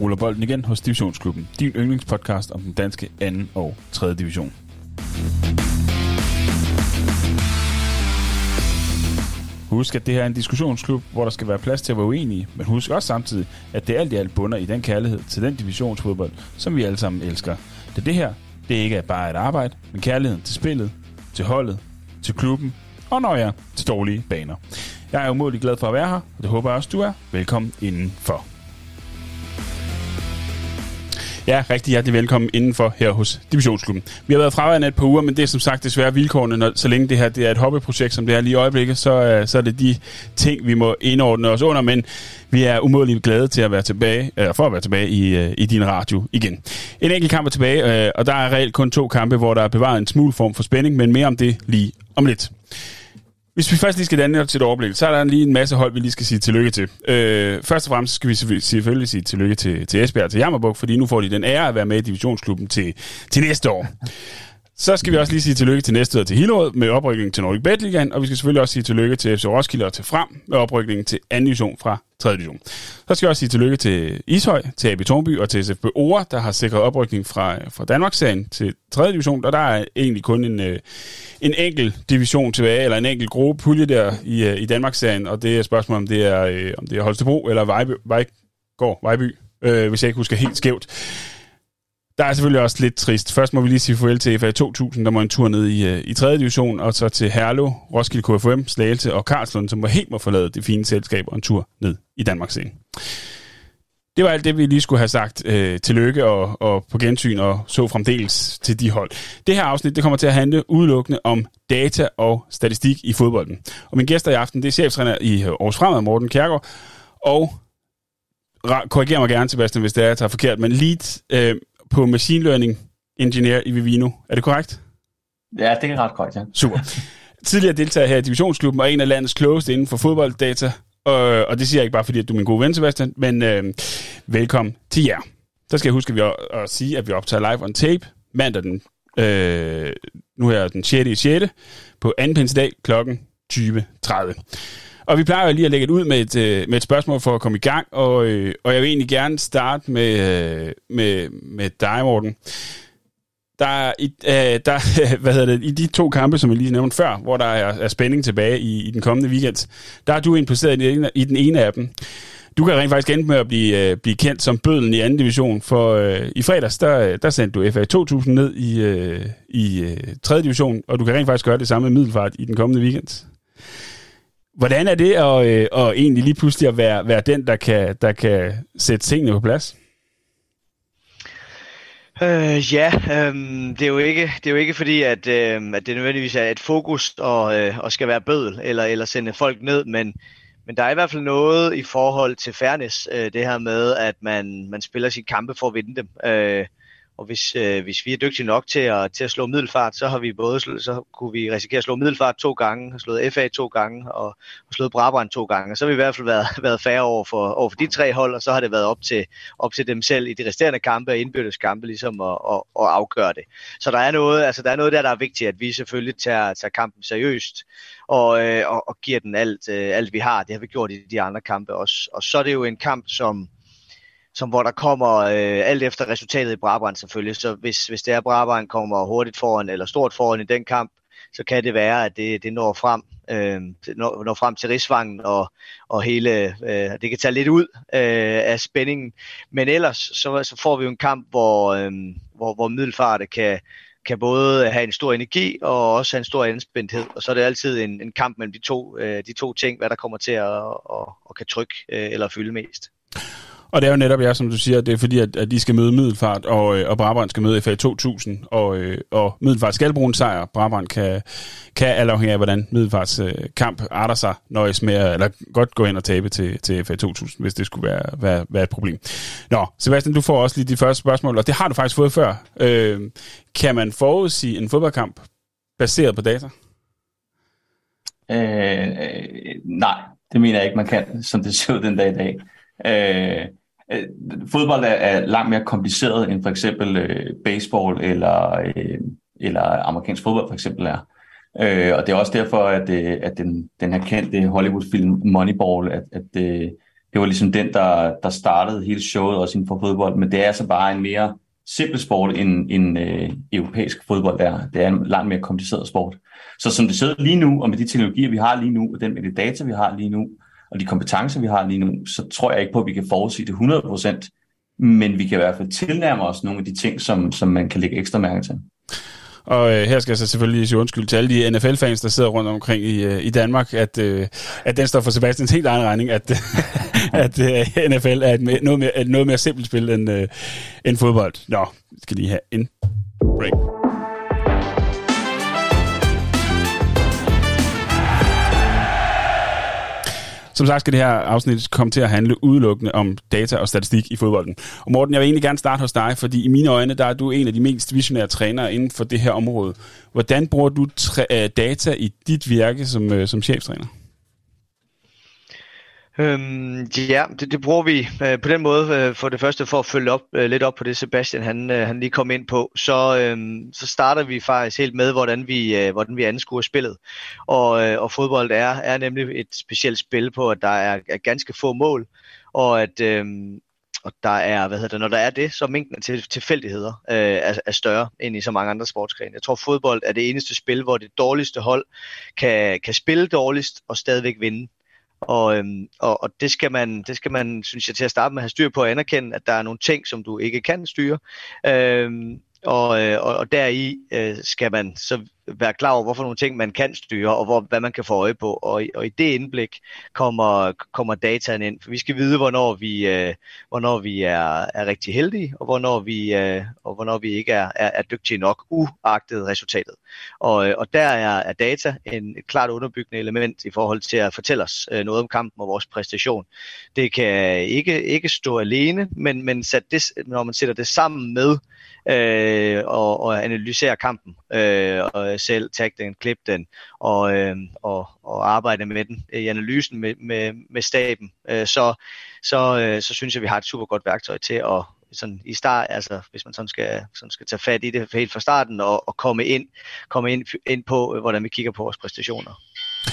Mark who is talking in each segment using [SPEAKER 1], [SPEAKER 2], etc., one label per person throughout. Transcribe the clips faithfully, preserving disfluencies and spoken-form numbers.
[SPEAKER 1] ruller bolden igen hos Divisionsklubben, din yndlingspodcast om den danske anden og tredje division. Husk, at det her er en diskussionsklub, hvor der skal være plads til at være uenige, men husk også samtidig, at det alt i alt bunder i den kærlighed til den divisionsfodbold, som vi alle sammen elsker. Det det her, det er ikke bare et arbejde, men kærligheden til spillet, til holdet, til klubben og når jeg til dårlige baner. Jeg er umådelig glad for at være her, og det håber jeg også, du er. Velkommen indenfor. Ja, rigtig hjertelig velkommen indenfor her hos Divisionsklubben. Vi har været fraværende et par uger, men det er som sagt desværre vilkårene, når, så længe det her det er et hobbyprojekt, som det er lige i øjeblikket, så, så er det de ting, vi må indordne os under, men vi er umådeligt glade til at være tilbage, øh, for at være tilbage i, i din radio igen. En enkelt kamp er tilbage, øh, og der er reelt kun to kampe, hvor der er bevaret en smule form for spænding, men mere om det lige om lidt. Hvis vi først lige skal danne til et overblik, så er der lige en masse hold, vi lige skal sige tillykke til. Øh, først og fremmest skal vi selvfølgelig sige tillykke til, til Esbjerg og til Jammerbugt, fordi nu får de den ære at være med i divisionsklubben til, til næste år. Så skal vi også lige sige tillykke til Næstved og til Hillerød med oprykningen til Nordic Bet Ligaen, og vi skal selvfølgelig også sige tillykke til F C Roskilde og til Frem med oprykningen til anden division fra tredje division. Så skal vi også sige tillykke til Ishøj, til A B Tornby og til S F B Ore, der har sikret oprykning fra, fra Danmarksserien til tredje division, og der er egentlig kun en, en enkelt division tilbage, eller en enkelt gruppe pulje der i, i Danmarksserien, og det er spørgsmålet, om det er, om det er Holstebro eller Vejby, Vejgaard, Vejby, øh, hvis jeg ikke husker helt skævt. Der er selvfølgelig også lidt trist. Først må vi lige sige farvel til F A to tusind, der må en tur ned i, i tredje division, og så til Herlev, Roskilde K F U M, Slagelse og Karlslund, som må helt må forlade det fine selskab og en tur ned i Danmarksserien. Det var alt det, vi lige skulle have sagt. Øh, tillykke og, og på gensyn og så fremdeles til de hold. Det her afsnit det kommer til at handle udelukkende om data og statistik i fodbolden. Og min gæster i aften, det er cheftræner i Aarhus Fremad, Morten Kjærgaard, og korriger mig gerne, Sebastian, hvis det er, jeg tager forkert, men lead øh, på Machine Learning Engineer i Vivino. Er det korrekt?
[SPEAKER 2] Ja, det er ret korrekt, ja.
[SPEAKER 1] Super. Tidligere deltager her i Divisionsklubben og en af landets klogeste inden for fodbolddata. Og, og det siger jeg ikke bare fordi, at du er min gode ven, Sebastian, men øh, velkommen til jer. Så skal jeg huske at, vi, at sige, at vi optager live on tape mandag den, øh, nu her den sjette i sjette på anden pinsedag klokken tyve tredive. Og vi plejer jo lige at lægge det ud med et, med et spørgsmål for at komme i gang, og, øh, og jeg vil egentlig gerne starte med, øh, med, med dig, Morten. Der, i, øh, der, hvad hedder det, i de to kampe, som jeg lige nævnte før, hvor der er, er spænding tilbage i, i den kommende weekend, der er du indplaceret i, i den ene af dem. Du kan rent faktisk ende med at blive, øh, blive kendt som bødlen i anden division, for øh, i fredags, der, der sendte du F A to tusind ned i, øh, i øh, tredje division, og du kan rent faktisk gøre det samme med Middelfart i den kommende weekend. Hvordan er det at, øh, at egentlig lige pludselig at være, være den, der kan, der kan sætte tingene på plads?
[SPEAKER 3] Øh, ja, øh, det, er jo ikke, det er jo ikke fordi, at, øh, at det nødvendigvis er et fokus og, øh, og skal være bødel eller, eller sende folk ned, men, men der er i hvert fald noget i forhold til fairness, øh, det her med, at man, man spiller sine kampe for at vinde dem. Øh, Og hvis, øh, hvis vi er dygtige nok til at, til at slå Middelfart, så har vi både så kunne vi risikere at slå Middelfart to gange, har slået F A to gange og, og slået Brabrand to gange. Så har vi i hvert fald været, været færre over for, over for de tre hold, og så har det været op til, op til dem selv i de resterende kampe og indbyrdes kampe ligesom at, at, at afgøre det. Så der er noget, altså der er noget der, der er vigtigt, at vi selvfølgelig tager, tager kampen seriøst og, øh, og, og giver den alt, øh, alt vi har. Det har vi gjort i de andre kampe også. Og så er det jo en kamp, som som hvor der kommer øh, alt efter resultatet i Brabrand selvfølgelig. Så hvis, hvis det er Brabrand kommer hurtigt foran eller stort foran i den kamp, så kan det være, at det, det når frem øh, når, når frem til Rigsvangen og, og hele, øh, det kan tage lidt ud øh, af spændingen. Men ellers så, så får vi jo en kamp, hvor, øh, hvor, hvor Middelfart kan, kan både have en stor energi og også have en stor anspændthed. Og så er det altid en, en kamp mellem de to, øh, de to ting, hvad der kommer til at, at, at, at kan trykke øh, eller fylde mest.
[SPEAKER 1] Og det er jo netop, ja, som du siger, det er fordi, at, at de skal møde Middelfart, og, og Brabrand skal møde F A to tusind, og, og Middelfart skal bruge en sejr. Brabrand kan, kan alt afhængig af, hvordan Middelfarts øh, kamp arter sig, nøjes med, eller godt gå ind og tabe til, til F A to tusind, hvis det skulle være, være, være et problem. Nå, Sebastian, du får også lige de første spørgsmål, og det har du faktisk fået før. Øh, kan man forudsige en fodboldkamp baseret på data?
[SPEAKER 2] Øh, øh, nej, det mener jeg ikke, man kan, som det ser ud den dag i dag. Øh, Fodbold er, er langt mere kompliceret end for eksempel øh, baseball eller, øh, eller amerikansk fodbold for eksempel er. Øh, og det er også derfor, at, øh, at den, den her kendte Hollywood-film Moneyball, at, at, øh, det var ligesom den, der, der startede hele showet også inden for fodbold, men det er altså bare en mere simpel sport end, end øh, europæisk fodbold er. Det er en langt mere kompliceret sport. Så som det sidder lige nu, og med de teknologier, vi har lige nu, og den med de data, vi har lige nu, og de kompetencer, vi har lige nu, så tror jeg ikke på, at vi kan forudsige det hundrede procent, men vi kan i hvert fald tilnærme os nogle af de ting, som, som man kan lægge ekstra mærke til.
[SPEAKER 1] Og øh, her skal jeg så selvfølgelig sige undskyld til alle de N F L-fans, der sidder rundt omkring i, øh, i Danmark, at, øh, at den står for Sebastians helt egen regning, at, at øh, N F L er et noget mere, et noget mere simpelt spil end, øh, end fodbold. Nå, skal lige have en break. Som sagt skal det her afsnit komme til at handle udelukkende om data og statistik i fodbolden. Og Morten, jeg vil egentlig gerne starte hos dig, fordi i mine øjne, der er du en af de mest visionære trænere inden for det her område. Hvordan bruger du træ- data i dit virke som, som cheftræner?
[SPEAKER 3] Øhm, ja, det, det bruger vi øh, på den måde øh, for det første for at følge op øh, lidt op på det Sebastian han, øh, han lige kom ind på. Så, øh, så starter vi faktisk helt med hvordan vi øh, hvordan vi anskuer spillet. Og, øh, og fodbold er er nemlig et specielt spil på at der er, er ganske få mål og at øh, og der er hvad hedder det når der er det så mængden af til, tilfældigheder øh, er, er større end i så mange andre sportsgrene. Jeg tror fodbold er det eneste spil hvor det dårligste hold kan kan spille dårligst og stadigvæk vinde. Og, øhm, og, og det skal man, det skal man, synes jeg, til at starte med have styr på at anerkende, at der er nogle ting, som du ikke kan styre. Øhm, og, øh, og, og deri øh, skal man så være klar over, hvorfor nogle ting man kan styre, og hvor, hvad man kan få øje på. Og, og i det indblik kommer, kommer dataen ind. For vi skal vide, hvornår vi, øh, hvornår vi er, er rigtig heldige, og hvornår vi, øh, og hvornår vi ikke er, er, er dygtige nok, uagtet resultatet. Og, og der er, er data en, et klart underbyggende element i forhold til at fortælle os øh, noget om kampen og vores præstation. Det kan ikke, ikke stå alene, men, men sat det, når man sætter det sammen med øh, og, og analyserer kampen, øh, og selv tagge den, klippe den og, øh, og, og arbejde med den i analysen med, med, med staben, øh, så, så, øh, så synes jeg, vi har et super godt værktøj til at sådan i start, altså hvis man sådan skal, sådan skal tage fat i det helt fra starten og, og komme ind, komme ind, ind på, hvordan vi kigger på vores præstationer.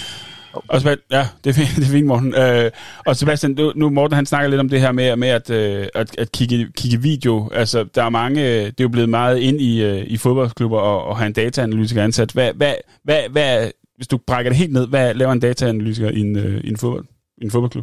[SPEAKER 1] Og Sebastian, ja, det er fint, det er fint Morten. Øh, og Sebastian, du, nu Morten han snakker lidt om det her med, med at, øh, at, at kigge, kigge video. Altså, der er mange, det er jo blevet meget ind i, øh, i fodboldklubber og, og have en dataanalytiker ansat. Hvad, hvad, hvad, hvad, hvis du brækker det helt ned, hvad laver en dataanalytiker i en, øh, i en, fodbold, i en fodboldklub?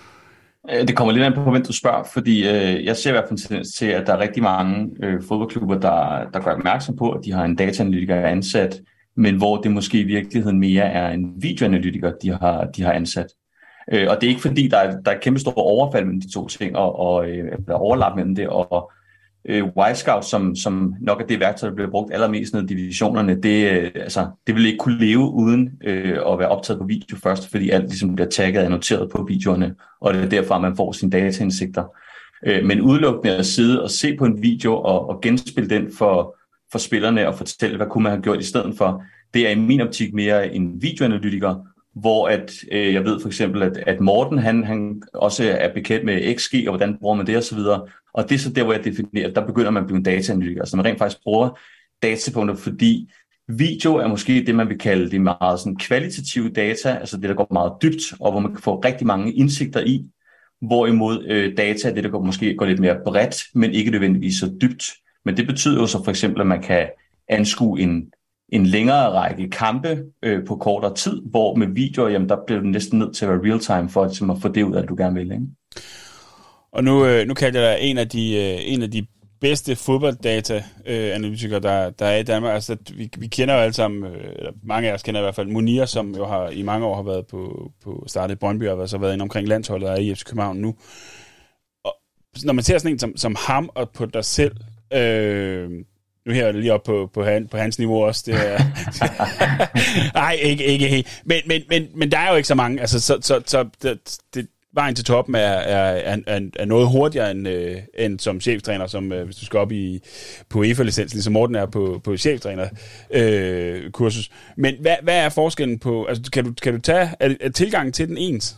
[SPEAKER 2] Det kommer lidt an på, hvem du spørger, fordi øh, jeg ser i hvert fald en tendens til, at der er rigtig mange øh, fodboldklubber, der, der gør opmærksom på, at de har en dataanalytiker ansat, men hvor det måske i virkeligheden mere er en videoanalytiker, de har, de har ansat. Øh, og det er ikke fordi, der er, der er et kæmpe stort overfald mellem de to ting, og, og øh, overlap mellem det, og øh, Wisecout, som, som nok er det værktøj, der bliver brugt allermest ned i divisionerne, det, øh, altså, det vil ikke kunne leve uden øh, at være optaget på video først, fordi alt ligesom bliver tagget og annoteret på videoerne, og det er derfra, man får sine dataindsigter. Øh, men udelukkende at sidde og se på en video og, og genspille den for for spillerne og fortælle, hvad kunne man have gjort i stedet for. Det er i min optik mere en videoanalytiker, hvor at, øh, jeg ved for eksempel, at, at Morten han, han også er bekendt med X G, og hvordan bruger man det osv. Og, og det er så der, hvor jeg definerer, der begynder man at blive en dataanalytiker. Så man rent faktisk bruger datapunkter, fordi video er måske det, man vil kalde det meget sådan kvalitative data, altså det, der går meget dybt, og hvor man kan få rigtig mange indsigter i, hvorimod øh, data er det, der går, måske går lidt mere bredt, men ikke nødvendigvis så dybt. Men det betyder jo så for eksempel, at man kan anskue en, en længere række kampe øh, på kortere tid, hvor med videoer, jamen der bliver du næsten nødt til at være real-time for at, at få det ud af, at du gerne vil. Ikke?
[SPEAKER 1] Og nu, øh, nu kalder jeg dig en af de, øh, en af de bedste fodbolddata-analytikere, øh, der, der er i Danmark. Altså, vi, vi kender jo alle sammen, øh, eller mange af os kender i hvert fald, Munir, som jo har i mange år har været på, på startet i Brøndby, og så været inde omkring landsholdet og er i F C København nu. Og når man ser sådan en som, som ham og på dig selv, Øh, nu her er det lige op på, på, han, på hans niveau også. Det er, nej, ikke, ikke helt. Men, men, men, men der er jo ikke så mange. Altså, så, så, så det, det, vejen til toppen er, er, er, er noget hurtigere end, øh, end som cheftræner, som øh, hvis du skal op i, på E F A-licens, ligesom Morten er på, på cheftræner-kursus. Øh, men hvad, hvad er forskellen på, altså kan du, kan du tage, er, er tilgangen til den ens?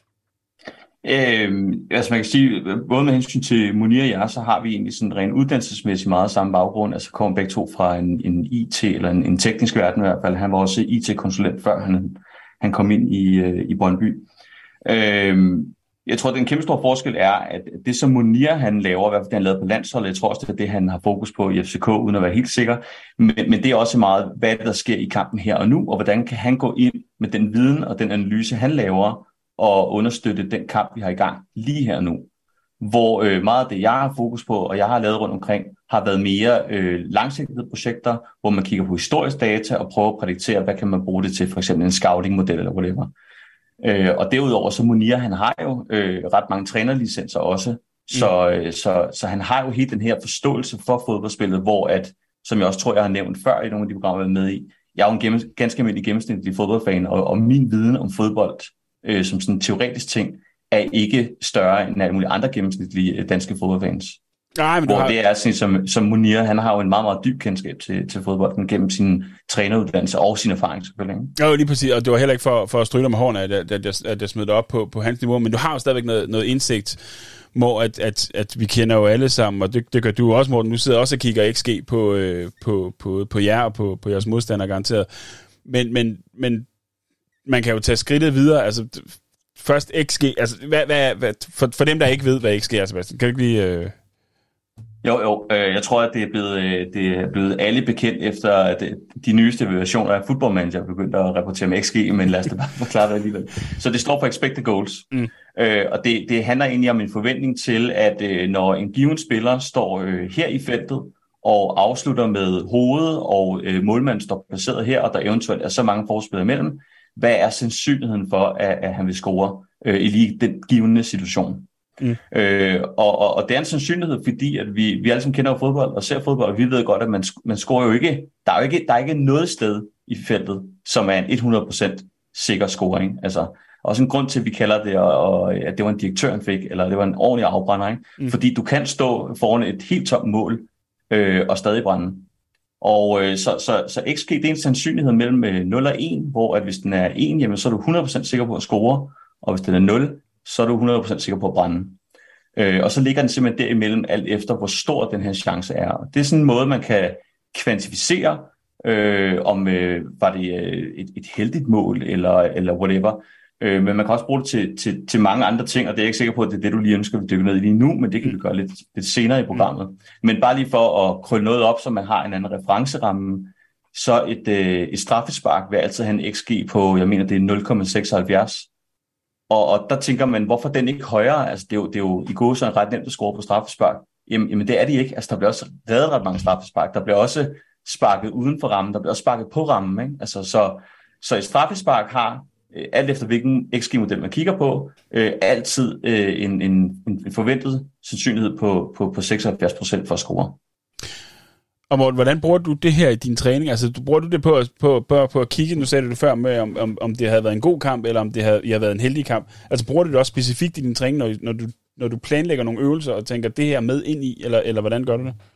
[SPEAKER 2] Øhm, altså man kan sige, både med hensyn til Munir og jeg, så har vi egentlig sådan rent uddannelsesmæssigt meget samme baggrund. Altså kom begge to fra en, en I T, eller en, en teknisk verden i hvert fald. Han var også I T-konsulent, før han, han kom ind i, øh, i Brøndby. Øhm, Jeg tror, at den kæmpe store forskel er, at det, som Munir han laver, i hvert fald det, han lavede på landsholdet, jeg tror også, det er det, han har fokus på i F C K, uden at være helt sikker. Men, men det er også meget, hvad der sker i kampen her og nu, og hvordan kan han gå ind med den viden og den analyse, han laver, og understøtte den kamp, vi har i gang lige her og nu. Hvor øh, meget af det, jeg har fokus på, og jeg har lavet rundt omkring, har været mere øh, langsigtede projekter, hvor man kigger på historisk data og prøver at prædiktere, hvad kan man bruge det til, for eksempel en scouting-model eller whatever. Øh, og derudover så Munir, han har jo øh, ret mange trænerlicenser også, så, mm. øh, så, så han har jo helt den her forståelse for fodboldspillet, hvor at, som jeg også tror, jeg har nævnt før i nogle af de programmer, jeg er med i, jeg er jo en gennem, ganske almindelig gennemsnitlig fodboldfan, og, og min viden om fodbold øh, som sådan en teoretisk ting, er ikke større end alle mulige andre gennemsnitlige danske fodboldfans. Nej, men hvor har... det er sådan, som, som Munir, han har jo en meget, meget dyb kendskab til, til fodbolden gennem sin træneruddannelse og sin erfaring selvfølgelig.
[SPEAKER 1] Ja, lige præcis, og det var heller ikke for, for at stryge dig med hårene, at, at, at, jeg, at jeg smed dig op på, på hans niveau, men du har jo stadigvæk noget, noget indsigt, hvor at, at, at vi kender jo alle sammen, og det, det gør du også, Morten. Du sidder også og kigger X G på, øh, på, på, på jer og på, på jeres modstandere garanteret. Men, men, men man kan jo tage skridtet videre, altså først X G, altså hvad, hvad, hvad, for, for dem, der ikke ved, hvad X G er, Sebastian, kan du ikke lige... Øh...
[SPEAKER 2] Jo, jo. Øh, jeg tror, at det er, blevet, det er blevet alle bekendt efter, at de nyeste versioner af Football Manager er begyndt at rapportere med X G, men lad os da bare forklare det alligevel. Så det står for Expected Goals, mm. øh, og det, det handler egentlig om en forventning til, at øh, når en given spiller står øh, her i feltet og afslutter med hovedet, og øh, målmanden står placeret her, og der eventuelt er så mange forspillere imellem, hvad er sandsynligheden for, at, at han vil score øh, i lige den givende situation? Mm. Øh, og, og, og det er en sandsynlighed, fordi at vi, vi alle sammen kender jo fodbold og ser fodbold, og vi ved godt, at man, man scorer jo ikke, der er jo ikke, der er ikke noget sted i feltet, som er en hundrede procent sikker scoring. Altså, også en grund til, at vi kalder det, og, og, at det var en direktør, han fik, eller det var en ordentlig afbrænder, ikke? Mm. Fordi du kan stå foran et helt tomt mål øh, og stadig brænde. Og øh, så, så, så X G, det er en sandsynlighed mellem øh, nul og en, hvor at hvis den er en, jamen, så er du hundrede procent sikker på at score, og hvis den er nul, så er du hundrede procent sikker på at brænde. Øh, og så ligger den simpelthen derimellem, alt efter hvor stor den her chance er. Og det er sådan en måde, man kan kvantificere, øh, om øh, var det øh, et, et heldigt mål, eller, eller whatever. Øh, men man kan også bruge det til, til, til mange andre ting, og det er jeg ikke sikker på, at det er det, du lige ønsker, vi dykker ned i lige nu, men det kan vi gøre lidt, lidt senere i programmet. Men bare lige for at krølle noget op, så man har en anden referenceramme, så et, øh, et straffespark vil altid have en X G på, jeg mener, det er nul komma seksoghalvfjerds. Og, og der tænker man, hvorfor den ikke højere? Altså, det er jo, det er jo i gode sådan ret nemt at score på straffespark. Jamen, jamen, det er det ikke. Altså, der bliver også reddet ret mange straffespark. Der bliver også sparket uden for rammen. Der bliver også sparket på rammen, ikke? Altså, så, så et straffespark har, øh, alt efter hvilken X G-model man kigger på, øh, altid øh, en, en, en forventet sandsynlighed på, på, på seksoghalvfjerds procent for at score.
[SPEAKER 1] Og Morten, hvordan bruger du det her i din træning? Altså, du bruger du det på, på, på, på at kigge, nu sagde du det før, med, om, om, om det havde været en god kamp, eller om det havde, havde været en heldig kamp. Altså, bruger du det også specifikt i din træning, når, når, du, når du planlægger nogle øvelser, og tænker det her med ind i, eller, eller hvordan gør du det?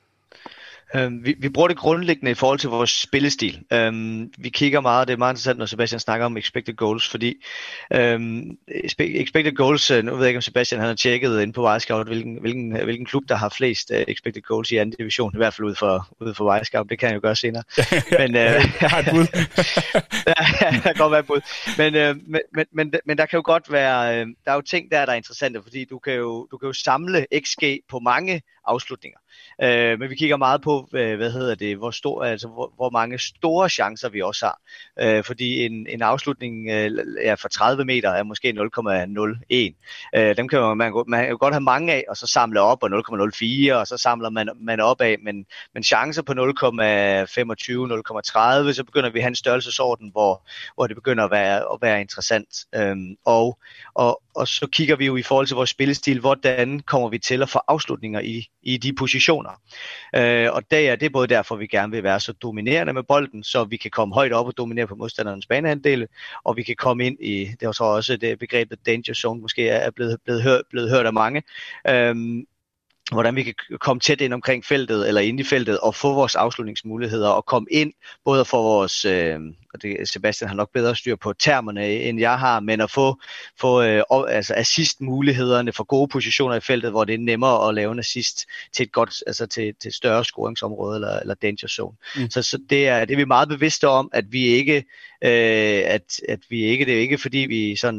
[SPEAKER 3] Um, vi, vi bruger det grundlæggende i forhold til vores spillestil. Um, vi kigger meget, det er meget interessant, når Sebastian snakker om expected goals, fordi um, expected goals, nu ved jeg ikke, om Sebastian han har tjekket inde på Wirescout, hvilken, hvilken, hvilken klub, der har flest uh, expected goals i anden division, i hvert fald ude for, ude for Wirescout, det kan jeg jo gøre senere. Men, uh,
[SPEAKER 1] jeg har et bud.
[SPEAKER 3] ja, der kan godt være et bud. Men, uh, men, men, men, men der kan jo godt være, uh, der er jo ting der, der er interessante, fordi du kan jo, du kan jo samle X G på mange afslutninger. Øh, men vi kigger meget på, øh, hvad hedder det, hvor, stor, altså, hvor, hvor mange store chancer vi også har. Øh, fordi en, en afslutning øh, ja, for tredive meter er måske nul komma nul en. Øh, dem kan man, man, man kan jo godt have mange af, og så samle op på nul komma nul fire, og så samler man, man op af. Men, men chancer på nul komma femogtyve, nul komma tredive, så begynder vi at have en størrelsesorden, hvor, hvor det begynder at være, at være interessant. Øh, og, og, og så kigger vi jo i forhold til vores spillestil, hvordan kommer vi til at få afslutninger i, i de positioner. Øh, og det er, det er både derfor, vi gerne vil være så dominerende med bolden, så vi kan komme højt op og dominere på modstanderens baneandele, og vi kan komme ind i, det er så også det begrebet danger zone, måske er blevet, blevet, hørt, blevet hørt af mange, øh, hvordan vi kan komme tæt ind omkring feltet, eller ind i feltet, og få vores afslutningsmuligheder, og komme ind, både for vores, øh, og det, Sebastian har nok bedre styr på termerne, end jeg har, men at få, få øh, altså assist-mulighederne for gode positioner i feltet, hvor det er nemmere at lave en assist til et godt, altså til, til et større scoringsområde, eller, eller danger zone. Mm. Så, så det, er, det er vi meget bevidste om, at vi ikke, øh, at, at vi ikke, det er ikke fordi vi sådan,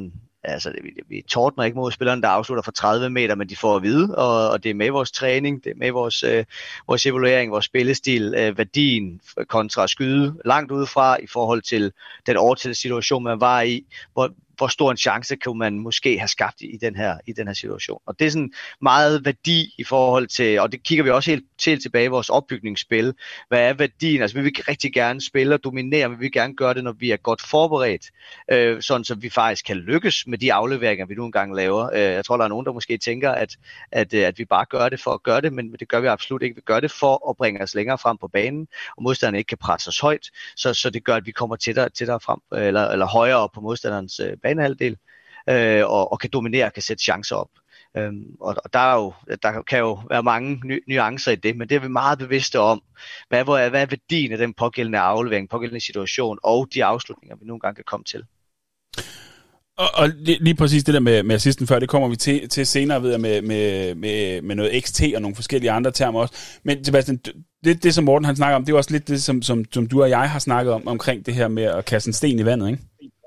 [SPEAKER 3] altså vi, vi tordner ikke mod spillerne, der afslutter fra tredive meter, men de får at vide, og, og det er med vores træning, det er med vores, øh, vores evaluering, vores spillestil, øh, værdien kontra at skyde langt udefra i forhold til den overtalte situation, man var i, hvor hvor stor en chance kan man måske have skabt i den her i den her situation. Og det er sådan meget værdi i forhold til, og det kigger vi også helt, helt tilbage i vores opbygningsspil. Hvad er værdien? Altså vi vil rigtig gerne spille og dominere, men vi vil gerne gøre det, når vi er godt forberedt, øh, sådan så vi faktisk kan lykkes med de afleveringer, vi nu engang laver. Øh, jeg tror, der er nogen, der måske tænker, at, at, at vi bare gør det for at gøre det, men det gør vi absolut ikke. Vi gør det for at bringe os længere frem på banen, og modstanderne ikke kan presse os højt, så, så det gør, at vi kommer tættere, tættere frem, eller, eller højere op på modstanderens øh, banehalvdel, øh, og, og kan dominere, kan sætte chancer op. Øhm, og, og der, er jo, der kan jo være mange ny, nuancer i det, men det er vi meget bevidste om. Hvad, hvad, hvad er værdien af den pågældende aflevering, pågældende situation, og de afslutninger, vi nogle gange kan komme til.
[SPEAKER 1] Og, og lige, lige præcis det der med, med assisten før, det kommer vi til, til senere, ved jeg, med, med, med, med noget X T og nogle forskellige andre termer også. Men Sebastian, det, det som Morten han snakker om, det er også lidt det, som, som, som du og jeg har snakket om, omkring det her med at kaste en sten i vandet, ikke?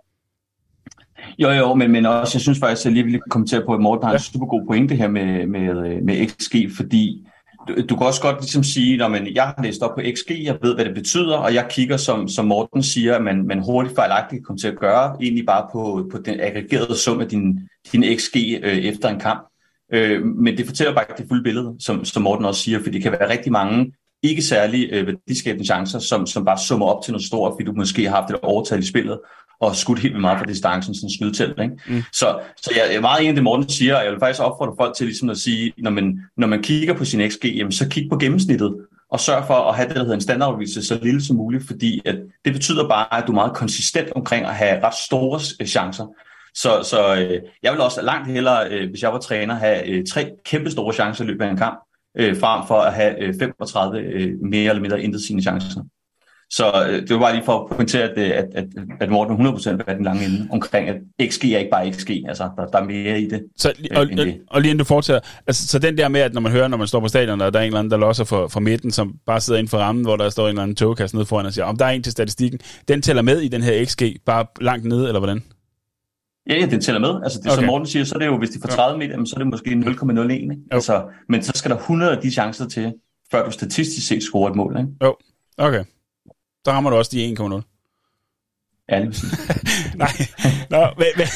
[SPEAKER 2] Jo, jo, men, men også, jeg synes faktisk, at jeg lige vil kommentere på, at Morten har en super god pointe her med, med, med X G, fordi du, du kan også godt ligesom sige, at jeg har læst op på X G, jeg ved, hvad det betyder, og jeg kigger, som, som Morten siger, at man, man hurtigt fejlagtigt kommer til at gøre, egentlig bare på, på den aggregerede sum af din, din X G øh, efter en kamp. Øh, men det fortæller bare ikke det fulde billede, som, som Morten også siger, for det kan være rigtig mange ikke særlig øh, værdiskabende chancer, som, som bare summer op til noget stort, fordi du måske har haft et overtal i spillet, og skudt helt vildt meget fra distancen, sådan en skydetelt, ikke? Mm. Så, så jeg er meget enig i det, Morten siger, og jeg vil faktisk opfordre folk til ligesom at sige, når man, når man kigger på sin X G, jamen, så kig på gennemsnittet, og sørg for at have det, der hedder en standardudvise så lille som muligt, fordi at det betyder bare, at du er meget konsistent omkring at have ret store chancer. Så, så øh, jeg vil også langt hellere, øh, hvis jeg var træner, have øh, tre kæmpe store chancer i løbet af en kamp, øh, frem for at have øh, femogtredive øh, mere eller mindre intetsigende chancer. Så øh, det var bare lige for at pointere, at, at, at, at Morten er hundrede procent været den lange ende omkring, at X G er ikke bare X G, altså der, der er mere i det.
[SPEAKER 1] Så, og, og, og lige inden du fortsætter, altså, så den der med, at når man hører, når man står på stadion, og der er en eller anden, der losser for, for midten, som bare sidder inden for rammen, hvor der står en eller anden togekasse nede foran og siger, om der er en til statistikken, den tæller med i den her X G, bare langt nede, eller hvordan?
[SPEAKER 2] Ja, ja, den tæller med. Altså det, okay. Som Morten siger, så er det jo, hvis de får tredive meter, så er det måske nul komma nul en. Ikke? Altså, men så skal der hundrede af de chancer til, før du statistisk set scorer et mål. Ikke?
[SPEAKER 1] Jo, okay. Så rammer du også de en komma nul.
[SPEAKER 2] Ja, lige præcis.
[SPEAKER 1] Nej, nå, men, men,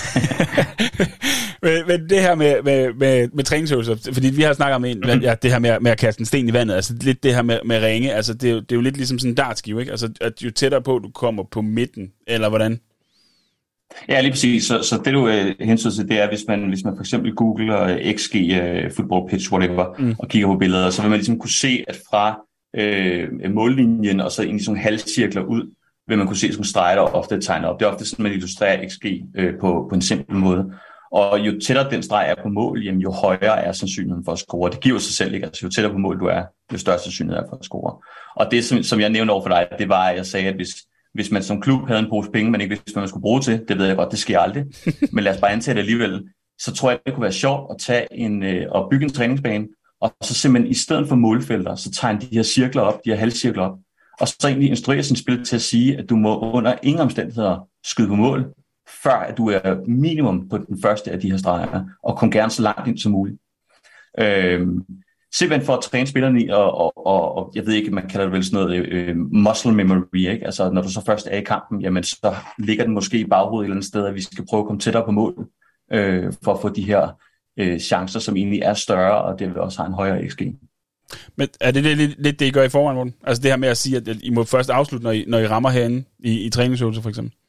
[SPEAKER 1] men, men det her med, med, med, med træningsøvelser, fordi vi har snakket om en, mm-hmm. ja, det her med, med at kaste en sten i vandet, altså lidt det her med, med ringe, altså det er, jo, det er jo lidt ligesom sådan en dartskive, ikke? Altså at jo tættere på, du kommer på midten, eller hvordan?
[SPEAKER 2] Ja, lige præcis. Så, så det du øh, hensyder til, det er, hvis man, hvis man for eksempel googler øh, X G, øh, football pitch, whatever, mm. og kigger på billeder, så vil man ligesom kunne se, at fra øh, mållinjen og så egentlig sådan halvcirkler ud, vil man kunne se sådan streger, der ofte tegner op. Det er ofte sådan, man illustrerer X G øh, på, på en simpel måde. Og jo tættere den streg er på mål, jamen, jo højere er sandsynligheden for at score. Det giver sig selv ikke. Altså, jo tættere på mål du er, jo større sandsynlighed er for at score. Og det, som, som jeg nævnte over for dig, det var, at jeg sagde, at hvis Hvis man som klub havde en pose penge, man ikke vidste, hvad man skulle bruge til, det ved jeg godt, det sker aldrig. Men lad os bare antage det alligevel. Så tror jeg, det kunne være sjovt at tage en, øh, og bygge en træningsbane, og så simpelthen i stedet for målfelter, så tegne de her cirkler op, de her halvcirkler op, og så egentlig instruere sin spil til at sige, at du må under ingen omstændigheder skyde på mål, før at du er minimum på den første af de her streger, og kom gerne så langt ind som muligt. Øhm, Simpelthen for at træne spillerne i, og, og, og, og jeg ved ikke, man kalder det vel sådan noget øh, muscle memory, ikke? Altså når du så først er i kampen, jamen så ligger den måske i baghovedet et eller andet sted, at vi skal prøve at komme tættere på mål, øh, for at få de her øh, chancer, som egentlig er større, og det vil også have en højere X G.
[SPEAKER 1] Men er det lidt, lidt det, I gør i forvejen, Morten? Altså det her med at sige, at I må først afslutte, når I, når I rammer herinde i, i træningsøvelser for eksempel?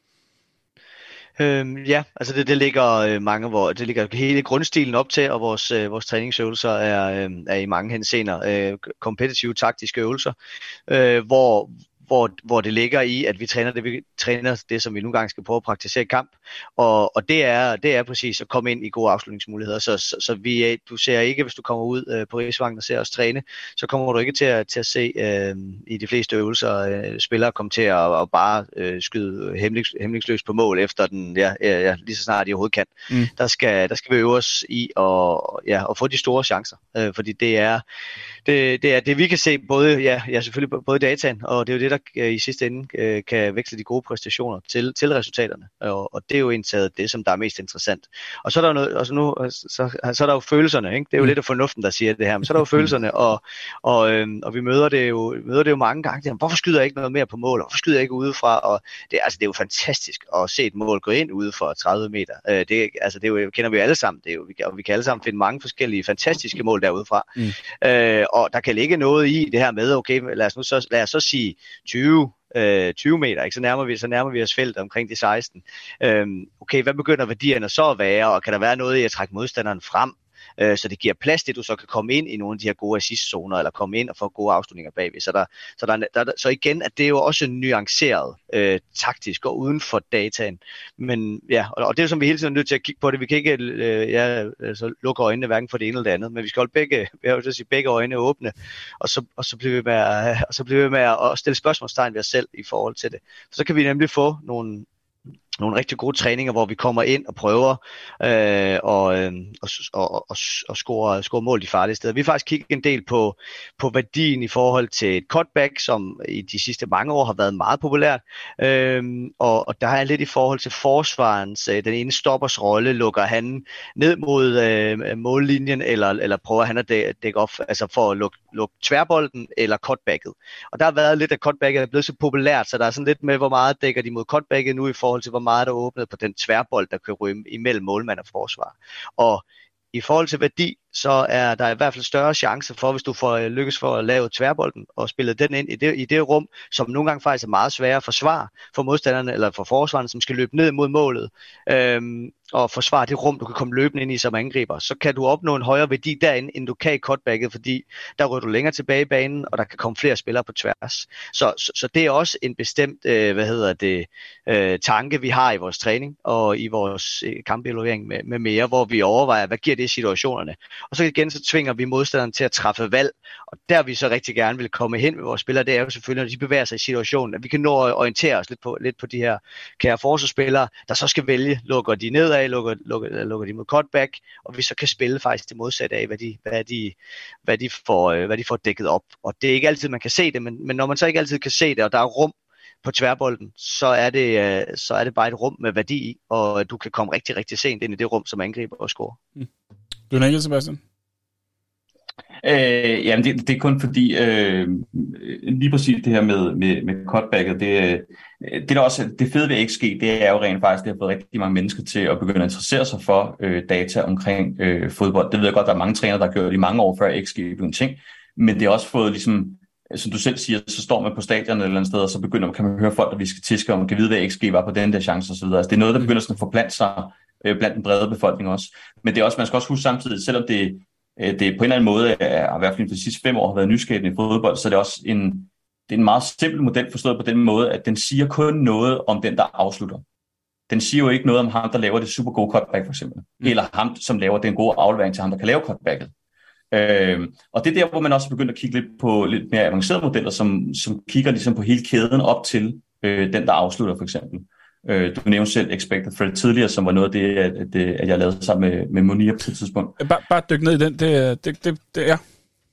[SPEAKER 3] Øhm, ja, altså det, det ligger øh, mange, hvor det ligger hele grundstilen op til, og vores øh, vores træningsøvelser er, øh, er i mange henseender øh, kompetitive taktiske øvelser, øh, hvor hvor hvor det ligger i, at vi træner det, vi træner det, som vi nogle gange skal prøve at praktisere i kamp, og og det er det er præcis at komme ind i gode afslutningsmuligheder. Så så, så vi du ser ikke, hvis du kommer ud øh, på Rigsvangen og ser os træne, så kommer du ikke til at til at se øh, i de fleste øvelser øh, spillere komme til at, at bare øh, skyde hæmningsløst på mål efter den ja, ja lige så snart de overhovedet kan. Mm. Der skal der skal vi øve os i og ja at få de store chancer, øh, fordi det er det det er det vi kan se både ja ja selvfølgelig både dataen, og det er jo det der øh, i sidste ende øh, kan veksle de gode præstationer til, til resultaterne. Og, og det er jo indtaget det, som der er mest interessant. Og så er der jo noget, altså nu, så, så er der jo følelserne, ikke? Det er jo mm. lidt af fornuften, der siger det her, men så er der jo følelserne, og, og, øh, og vi møder det jo, møder det jo mange gange. Jamen, hvorfor skyder jeg ikke noget mere på mål? Hvorfor skyder jeg ikke udefra? Og det, altså, det er jo fantastisk at se et mål gå ind ude for tredive meter. Øh, det, altså, det er jo, kender vi jo alle sammen. Det er jo, vi, og vi kan alle sammen finde mange forskellige fantastiske mål derudefra. Mm. Øh, og der kan ligge noget i det her med, okay, lad os nu så, lad os så sige tyve, øh, tyve meter, ikke? Så nærmer vi, så nærmer vi os feltet omkring de seksten. Øh, okay, hvad begynder værdierne så at være, og kan der være noget i at trække modstanderen frem, øh, så det giver plads til, at du så kan komme ind i nogle af de her gode assist-zoner, eller komme ind og få gode afslutninger bagved. Så, der, så, der, der, så igen, at det er jo også nuanceret øh, taktisk og uden for dataen. Men ja, og, og det er jo som vi hele tiden er nødt til at kigge på det. Vi kan ikke øh, ja, så lukke øjnene hverken for det ene eller det andet, men vi skal holde begge, jeg vil sige, begge øjne åbne, og så, og så bliver vi med, at, og så bliver vi med at stille spørgsmålstegn ved os selv i forhold til det. Så kan vi nemlig få nogle nogle rigtig gode træninger, hvor vi kommer ind og prøver øh, og, øh, og, og, og, og score, score mål de farlige steder. Vi har faktisk kigget en del på, på værdien i forhold til et cutback, som i de sidste mange år har været meget populært. Øh, og, og der er lidt i forhold til forsvarens, øh, den ene stoppers rolle, lukker han ned mod øh, mållinjen, eller, eller prøver han at dæ- dække op altså for at lukke, lukke tværbolden eller cutbacket. Og der har været lidt af cutbacket er blevet så populært, så der er sådan lidt med, hvor meget dækker de mod cutbacket nu i forhold til, hvor meget der er åbnet på den tværbold, der kan ryge imellem målmand og forsvar. Og i forhold til værdi, så er der i hvert fald større chance for, hvis du får lykkes for at lave tværbolden og spille den ind i det, i det rum, som nogle gange faktisk er meget svære at forsvare for modstanderne eller for forsvarerne, som skal løbe ned mod målet øhm, og forsvare det rum, du kan komme løbende ind i som angriber. Så kan du opnå en højere værdi derinde, end du kan i cutbacket, fordi der ryger du længere tilbage i banen, og der kan komme flere spillere på tværs. Så, så, så det er også en bestemt øh, hvad hedder det, øh, tanke, vi har i vores træning og i vores øh, kampevaluering med, med mere, hvor vi overvejer, hvad giver det i situationerne. Og så igen, så tvinger vi modstanderen til at træffe valg, og der vi så rigtig gerne vil komme hen med vores spillere, det er jo selvfølgelig, når de bevæger sig i situationen, at vi kan nå at orientere os lidt på, lidt på de her kære forsvarsspillere, der så skal vælge, lukker de nedad, lukker, lukker, lukker de mod cutback, og vi så kan spille faktisk det modsatte af, hvad de, hvad de, hvad de, får, hvad de får dækket op. Og det er ikke altid, man kan se det, men, men når man så ikke altid kan se det, og der er rum på tværbolden, så er det, så er det bare et rum med værdi i, og du kan komme rigtig, rigtig sent ind i det rum, som angriber og score.
[SPEAKER 1] Mm. Du er ikke, Sebastian?
[SPEAKER 2] Øh, jamen det, det er kun fordi øh, lige præcis det her med, med, med cutbacket, det, det der også det fede ved X G, det er jo rent faktisk, det har fået rigtig mange mennesker til at begynde at interessere sig for øh, data omkring øh, fodbold. Det ved jeg godt, der er mange trænere, der har gjort det i mange år før X G blev en ting, men det har også fået ligesom, som du selv siger, så står man på stadion eller et eller andet sted, og så begynder, kan man høre folk, der vi skal tiske om, kan vide, hvad X G var på den der chance osv. Altså, det er noget, der begynder sådan at forplante sig øh, blandt den brede befolkning også. Men det er også, man skal også huske samtidig, selvom det det på en eller anden måde, er, i hvert fald de sidste fem år har været nyskabende i fodbold, så det er også en, det er en meget simpel model forstået på den måde, at den siger kun noget om den, der afslutter. Den siger jo ikke noget om ham, der laver det super gode cutback for eksempel, mm. eller ham, som laver den gode aflevering til ham, der kan lave cutbacket. Øh, og det er der, hvor man også begynder at kigge lidt på lidt mere avancerede modeller, som, som kigger ligesom på hele kæden op til øh, den, der afslutter for eksempel. Du nævnte selv Expected Threat tidligere, som var noget af det, at, at jeg lavede sammen med, med Munir på et tidspunkt.
[SPEAKER 1] Bare, bare dyk ned i den, det, det, det, det er.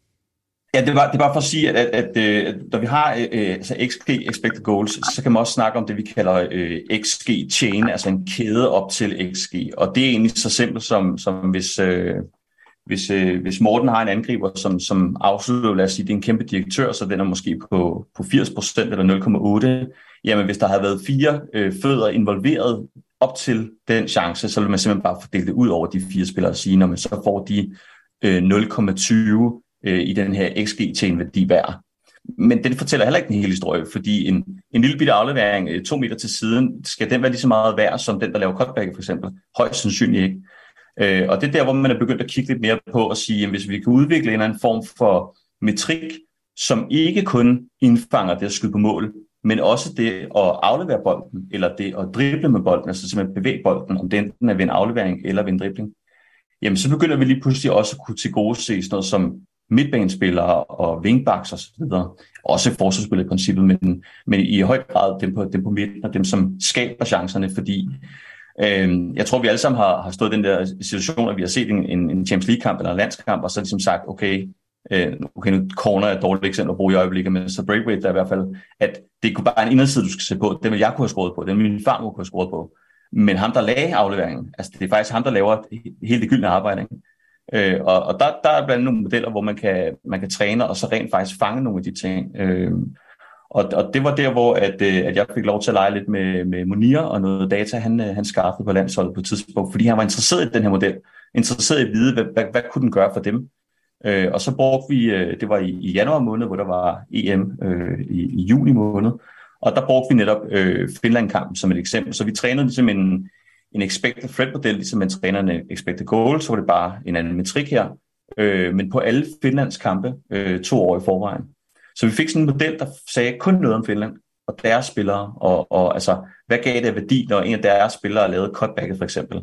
[SPEAKER 2] Ja, det var, det var for at sige, at, at, at, at når vi har øh, altså X G, Expected Goals, så kan man også snakke om det, vi kalder øh, X G-chain, altså en kæde op til X G. Og det er egentlig så simpelt som, som hvis, øh, hvis, øh, hvis Morten har en angriber, som, som afslutter, lad os sige, det er en kæmpe direktør, så den er måske på, på firs procent eller nul komma otte. Jamen, hvis der havde været fire øh, fødder involveret op til den chance, så ville man simpelthen bare fordele det ud over de fire spillere og sige, når man så får de øh, nul komma tyve øh, i den her X G-chain-værdi hver. Men den fortæller heller ikke den hele historie, fordi en, en lille bitte aflevering øh, to meter til siden, skal den være lige så meget værd som den, der laver cutback for eksempel? Højst sandsynligt ikke. Øh, og det er der, hvor man er begyndt at kigge lidt mere på og sige, at hvis vi kan udvikle en eller anden form for metrik, som ikke kun indfanger det at skyde på mål, men også det at aflevere bolden, eller det at drible med bolden, altså simpelthen bevæge bolden, om det enten er ved en aflevering eller ved en dribling, jamen så begynder vi lige pludselig også at kunne tilgodese sådan noget som midtbanespillere og wingbacks og så videre. Også forsvarsspillere i princippet, men, men i høj grad dem på, dem på midten og dem, som skaber chancerne, fordi øh, jeg tror, vi alle sammen har, har stået i den der situation, at vi har set en, en Champions League-kamp eller en landskamp, og så ligesom sagt, okay, øh, okay, nu corner er et dårligt eksempel at bruge i øjeblikket, men så breakweight er i hvert fald, at det kunne bare en inderside, du skal se på, den vil jeg kunne have scoret på, den vil min far kunne have scoret på. Men ham, der lagde afleveringen, altså det er faktisk ham, der laver hele det gyldne arbejde, ikke? Øh, og og der, der er blandt andet nogle modeller, hvor man kan, man kan træne, og så rent faktisk fange nogle af de ting. Øh, og, og det var der, hvor at, at jeg fik lov til at lege lidt med, med Munir, og noget data, han, han skaffede på landsholdet på et tidspunkt, fordi han var interesseret i den her model, interesseret i at vide, hvad, hvad, hvad kunne den gøre for dem. Øh, og så brugte vi, det var i, i januar måned, hvor der var E M øh, i, i juni måned, og der brugte vi netop øh, Finland-kampen som et eksempel. Så vi trænede ligesom en, en expected threat-model, ligesom man træner en expected goal, så var det bare en anden metrik her, øh, men på alle Finlands kampe øh, to år i forvejen. Så vi fik sådan en model, der sagde kun noget om Finland og deres spillere, og, og altså, hvad gav det af værdi, når en af deres spillere lavede cutbacket for eksempel.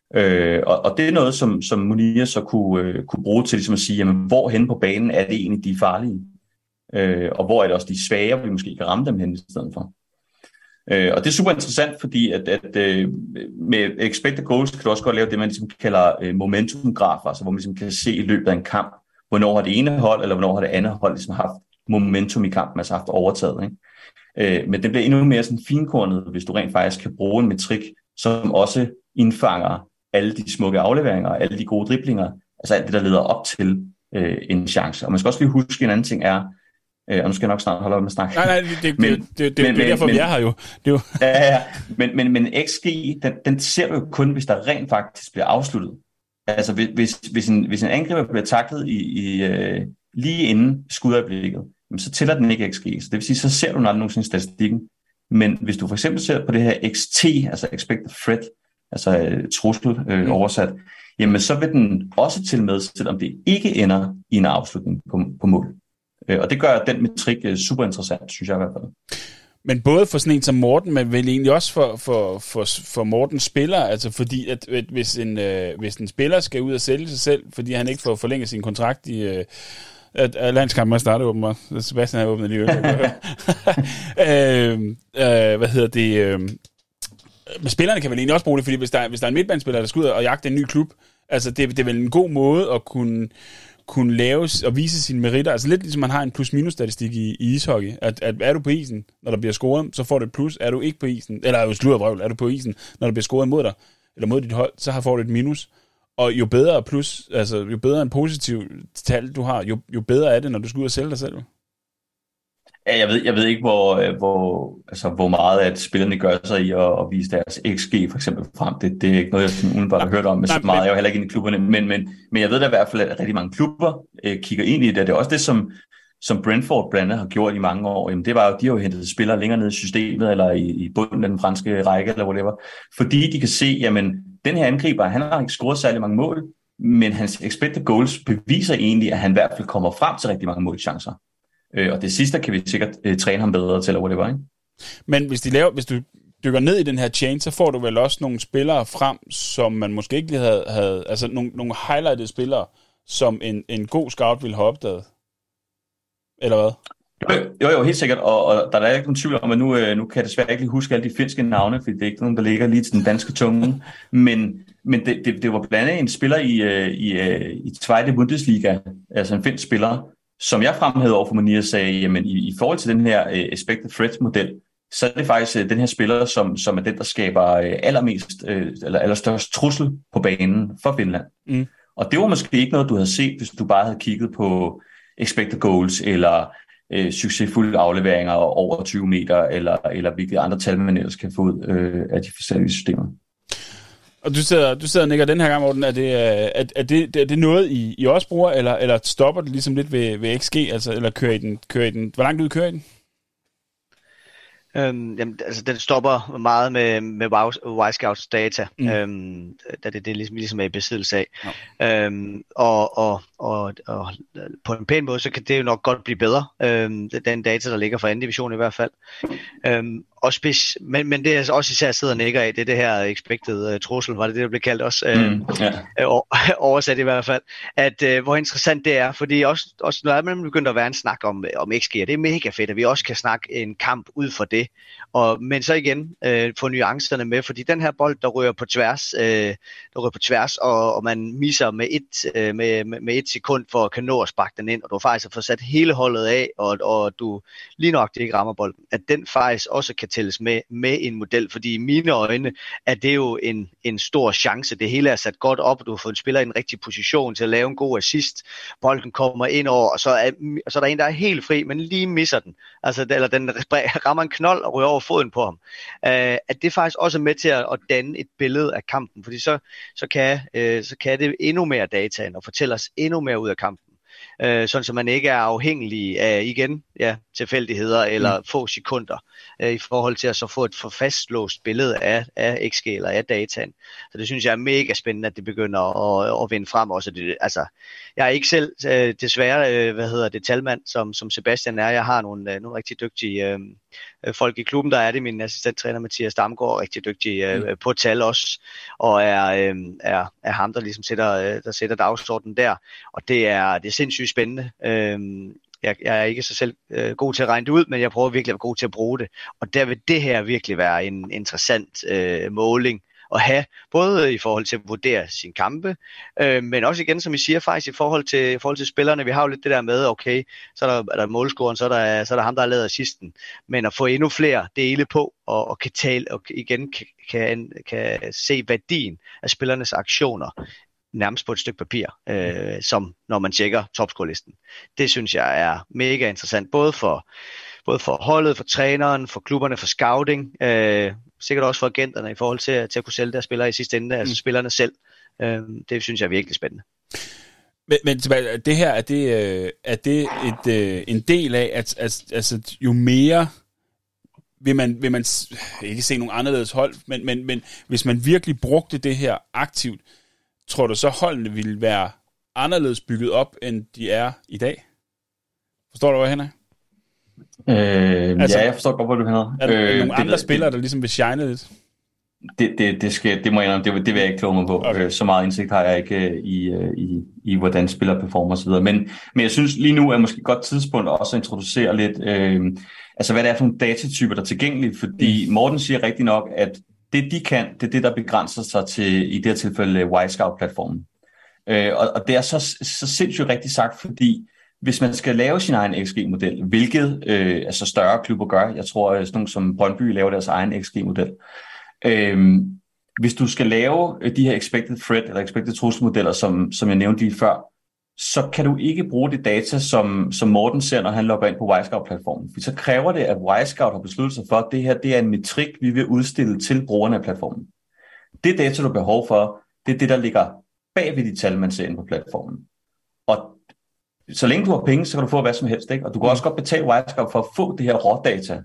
[SPEAKER 2] Øh, og, og det er noget, som, som Munir så kunne, øh, kunne bruge til ligesom at sige, jamen, hvor hen på banen er det egentlig, de er farlige? Øh, og hvor er det også de svage, og vi måske kan ramme dem hen i stedet for. Øh, og det er super interessant, fordi at, at øh, med expected goals kan du også godt lave det, man ligesom kalder øh, momentumgrafer, altså hvor man ligesom kan se i løbet af en kamp, hvornår har det ene hold, eller hvornår har det andet hold ligesom haft momentum i kampen, altså haft overtaget. Ikke? Øh, men det bliver endnu mere sådan finkornet, hvis du rent faktisk kan bruge en metrik, som også indfanger alle de smukke afleveringer, alle de gode driblinger, altså alt det, der leder op til øh, en chance. Og man skal også lige huske, en anden ting er, øh, og nu skal jeg nok snart holde op med at snakke.
[SPEAKER 1] Nej, nej, det, det, men, det, det, det, men, det er derfor, men, vi er her jo. Det er jo.
[SPEAKER 2] Ja, ja, men, men, men X G, den, den ser du jo kun, hvis der rent faktisk bliver afsluttet. Altså, hvis, hvis, en, hvis en angriber bliver taklet i, i, øh, lige inden skudøjeblikket, så tæller den ikke X G. Så det vil sige, så ser du aldrig nogensinde statistikken. Men hvis du for eksempel ser på det her X T, altså expected threat, altså øh, trussel øh, oversat, jamen så vil den også til med, selvom det ikke ender i en afslutning på, på mål. Øh, og det gør den metrik øh, super interessant, synes jeg i hvert fald.
[SPEAKER 1] Men både for sådan en som Morten, men vel egentlig også for, for, for, for Mortens spiller, altså fordi at, at hvis, en, øh, hvis en spiller skal ud og sælge sig selv, fordi han ikke får forlænget sin kontrakt i... Øh, at, at landskampen er startet åbenbart. Sebastian har åbnet lige øvrigt. øh, øh, hvad hedder det... Øh, Men spillerne kan vel egentlig også bruge det, fordi hvis der, hvis der er en midtbanespiller, der skal ud og jagte en ny klub, altså det, det er vel en god måde at kunne, kunne lave og vise sine meritter. Altså lidt ligesom man har en plus-minus-statistik i, i ishockey. At, at er du på isen, når der bliver scoret, så får du et plus. Er du ikke på isen, eller er du sluddervrøvl, er du på isen, når der bliver scoret mod dig, eller mod dit hold, så får du et minus. Og jo bedre plus, altså jo bedre en positiv tal du har, jo, jo bedre er det, når du skal ud og sælge dig selv.
[SPEAKER 2] Ja, jeg ved, jeg ved ikke, hvor, hvor, altså, hvor meget at spillerne gør sig i at, at vise deres X G for eksempel frem. Det, det er ikke noget, jeg sådan umiddelbart har hørt om med så meget. Jeg er jo heller ikke inde i klubberne, men, men, men jeg ved da i hvert fald, at rigtig mange klubber øh, kigger ind i det. Det er også det, som, som Brentford blandt andet har gjort i mange år. Jamen, det var jo, de har jo hentet spillere længere ned i systemet, eller i, i bunden af den franske række, eller whatever. Fordi de kan se, jamen, den her angriber, han har ikke scoret særlig mange mål, men hans expected goals beviser egentlig, at han i hvert fald kommer frem til rigtig mange målchancer. Og det sidste kan vi sikkert øh, træne ham bedre til, eller whatever, ikke?
[SPEAKER 1] Men hvis, de laver, hvis du dykker ned i den her chain, så får du vel også nogle spillere frem, som man måske ikke lige havde, havde altså nogle, nogle highlighted spillere, som en, en god scout ville have opdaget. Eller hvad?
[SPEAKER 2] Jo, jo, jo helt sikkert, og, og der er ikke nogen tvivl om, at nu, øh, nu kan jeg desværre ikke lige huske alle de finske navne, fordi det er ikke nogen, der ligger lige til den danske tunge, men, men det, det, det var blandt andet en spiller i, øh, i, øh, i Zweite Bundesliga, altså en finsk spiller, som jeg fremhævede over for Munir og sagde, jamen i, i forhold til den her uh, expected threat-model, så er det faktisk uh, den her spiller, som, som er den, der skaber uh, allermest, uh, eller allerstørst trussel på banen for Finland. Mm. Og det var måske ikke noget, du havde set, hvis du bare havde kigget på expected goals, eller uh, succesfulde afleveringer over tyve meter, eller, eller hvilke andre tal, man ellers kan få ud uh, af de forskellige systemer.
[SPEAKER 1] Og du sidder, du sidder og nikker den her gang, Morten. Er det, er, er det, er det noget, I, I også bruger, eller, eller stopper det ligesom lidt ved, ved X G, altså, eller kører I den, kører I den? Hvor langt ud kører I den?
[SPEAKER 3] Øhm, jamen, altså, den stopper meget med, med Wisecout's data, mm. øhm, da det, det er ligesom, ligesom er i besiddelse af. Ja. Øhm, og, og, og, og på en pæn måde, så kan det jo nok godt blive bedre, øhm, den data, der ligger for anden division i hvert fald. Øhm, og speci- men, men det er også især sidder og nikker af, det er det her expected uh, trussel, var det det, der blev kaldt også, øh, mm, yeah. oversat i hvert fald, at øh, hvor interessant det er, fordi også, også når man begynder at være en snak om, om X G, og det er mega fedt, at vi også kan snakke en kamp ud for det, og, men så igen øh, få nuancerne med, fordi den her bold, der rører på tværs, øh, der rører på tværs, og, og man misser med et, øh, med, med et sekund for at kan nå at sparke den ind, og du faktisk har fået sat hele holdet af, og, og du lige nok det ikke rammer bolden, at den faktisk også kan tælles med, med en model, fordi i mine øjne er det jo en, en stor chance. Det hele er sat godt op, og du har fået en spiller i en rigtig position til at lave en god assist. Bolden kommer ind over, og så er, og så er der en, der er helt fri, men lige misser den. Altså, eller den rammer en knold og ryger over foden på ham. Uh, at det faktisk også er med til at, at danne et billede af kampen, fordi så, så, kan, uh, så kan det endnu mere data og fortælle os endnu mere ud af kampen. Øh, sådan så man ikke er afhængig af igen ja, tilfældigheder eller mm. få sekunder øh, i forhold til at så få et for fastlåst billede af, af X G eller af dataen. Så det synes jeg er mega spændende, at det begynder at, at vinde frem også. Det, altså, jeg er ikke selv øh, desværre øh, hvad hedder det, talmand, som, som Sebastian er. Jeg har nogle, øh, nogle rigtig dygtige øh, folk i klubben. Der er det min assistenttræner Mathias Damgaard, rigtig dygtig øh, mm. på tal også, og er, øh, er, er ham, der ligesom sætter, øh, der sætter dagsordenen der. Og det er, det er sindssygt spændende. Øh, jeg, jeg er ikke så selv øh, god til at regne det ud, men jeg prøver virkelig at være god til at bruge det. Og der vil det her virkelig være en interessant øh, måling at have, både i forhold til at vurdere sin kampe, øh, men også igen, som I siger, faktisk i forhold til, i forhold til spillerne. Vi har jo lidt det der med, okay, så er der, er der målscoren, så er der, så er der ham, der har lavet assisten, men at få endnu flere dele på, og, og kan tale, og igen kan, kan, kan se værdien af spillernes aktioner, nærmest på et stykke papir, øh, som når man tjekker topscore-listen. Det synes jeg er mega interessant, både for, både for holdet, for træneren, for klubberne, for scouting, øh, sikkert også for agenterne i forhold til, til at kunne sælge deres spillere i sidste ende, mm. altså spillerne selv. Øh, det synes jeg er virkelig spændende.
[SPEAKER 1] Men, men det her, er det, er det et, en del af, at, at altså, jo mere vil man, vil man ikke se nogle anderledes hold, men, men, men hvis man virkelig brugte det her aktivt, tror du så holdene ville være anderledes bygget op, end de er i dag? Forstår du, hvad Henrik?
[SPEAKER 2] Øh, altså, ja, jeg forstår godt, hvor du hænder.
[SPEAKER 1] Er der øh, nogle
[SPEAKER 2] det,
[SPEAKER 1] andre det, spillere, der ligesom vil shine lidt?
[SPEAKER 2] Det, det, det, skal, det må jeg indrømme, det, det vil jeg ikke kloge mig på. Okay. Så meget indsigt har jeg ikke i, i, i hvordan spillere performer osv. Men, men jeg synes lige nu er måske et godt tidspunkt også at introducere lidt, øh, altså hvad det er for nogle datatyper, der er tilgængelige. Fordi Morten siger rigtig nok, at det de kan, det er det, der begrænser sig til, i det her tilfælde, Y-Scout-platformen. Øh, og, og det er så, så sindssygt rigtig sagt, fordi hvis man skal lave sin egen X G-model, hvilket øh, altså større klubber gør, jeg tror, sådan nogle som Brøndby laver deres egen X G-model. Øh, hvis du skal lave de her expected threat eller expected trussel-modeller, som, som jeg nævnte lige før, så kan du ikke bruge det data, som, som Morten ser, når han logger ind på Y-Scout-platformen. For så kræver det, at Y-Scout har besluttet sig for, at det her det er en metrik, vi vil udstille til brugerne af platformen. Det data, du har behov for, det er det, der ligger bag ved de tal, man ser ind på platformen. Og så længe du har penge, så kan du få hvad som helst, ikke? Og du kan også godt betale Y-Scout for at få det her rådata.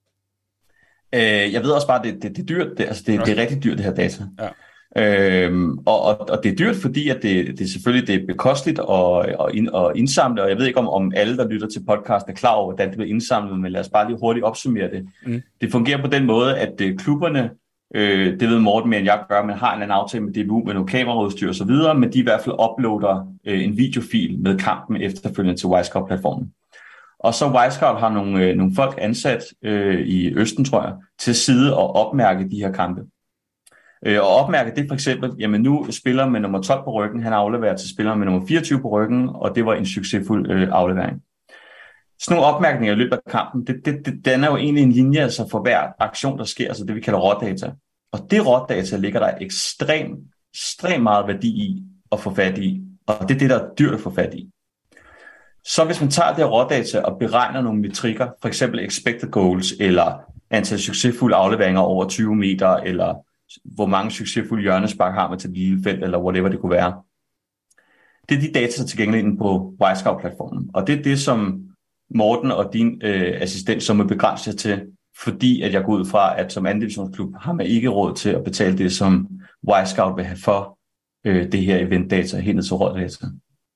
[SPEAKER 2] Øh, jeg ved også bare, at det, det, det er dyrt. Det, altså det, det er rigtig dyrt, det her data. Ja. Øhm, og, og, og det er dyrt, fordi at det, det selvfølgelig det er bekosteligt at, at, ind, at indsamle, og jeg ved ikke, om, om alle, der lytter til podcast, er klar over, hvordan det bliver indsamlet, men lad os bare lige hurtigt opsummere det. Mm. Det fungerer på den måde, at uh, klubberne, øh, det ved Morten mere end jeg gør, men har en anden aftale med D B U, med nogle kameraudstyr og så videre, men de i hvert fald uploader øh, en videofil med kampen efterfølgende til Y-Scout-platformen. Og så Y-Scout har nogle, øh, nogle folk ansat øh, i Østen, tror jeg, til at sidde og opmærke de her kampe. Øh, og opmærke det for eksempel, jamen nu spiller med nummer tolv på ryggen, han afleverer til spiller med nummer fireogtyve på ryggen, og det var en succesfuld øh, aflevering. Sådan nogle opmærkninger i løbet af kampen, det, det, det danner jo egentlig en linje altså for hver aktion, der sker, altså det vi kalder rådata. Og det rådata ligger der ekstremt, ekstremt meget værdi i at få fat i, og det er det, der er dyrt at få fat i. Så hvis man tager det her rådata og beregner nogle metrikker, for eksempel expected goals, eller antal succesfulde afleveringer over tyve meter, eller hvor mange succesfulde hjørnespark har man til det lille felt, eller whatever det kunne være. Det er de data, der er tilgængelige inde på Y-Scout-platformen. Og det er det, som Morten og din øh, assistent så må begrænse sig til, fordi at jeg går ud fra, at som anden divisionsklub har man ikke råd til at betale det, som Y-Scout vil have for øh, det her eventdata, helt ned til rådata.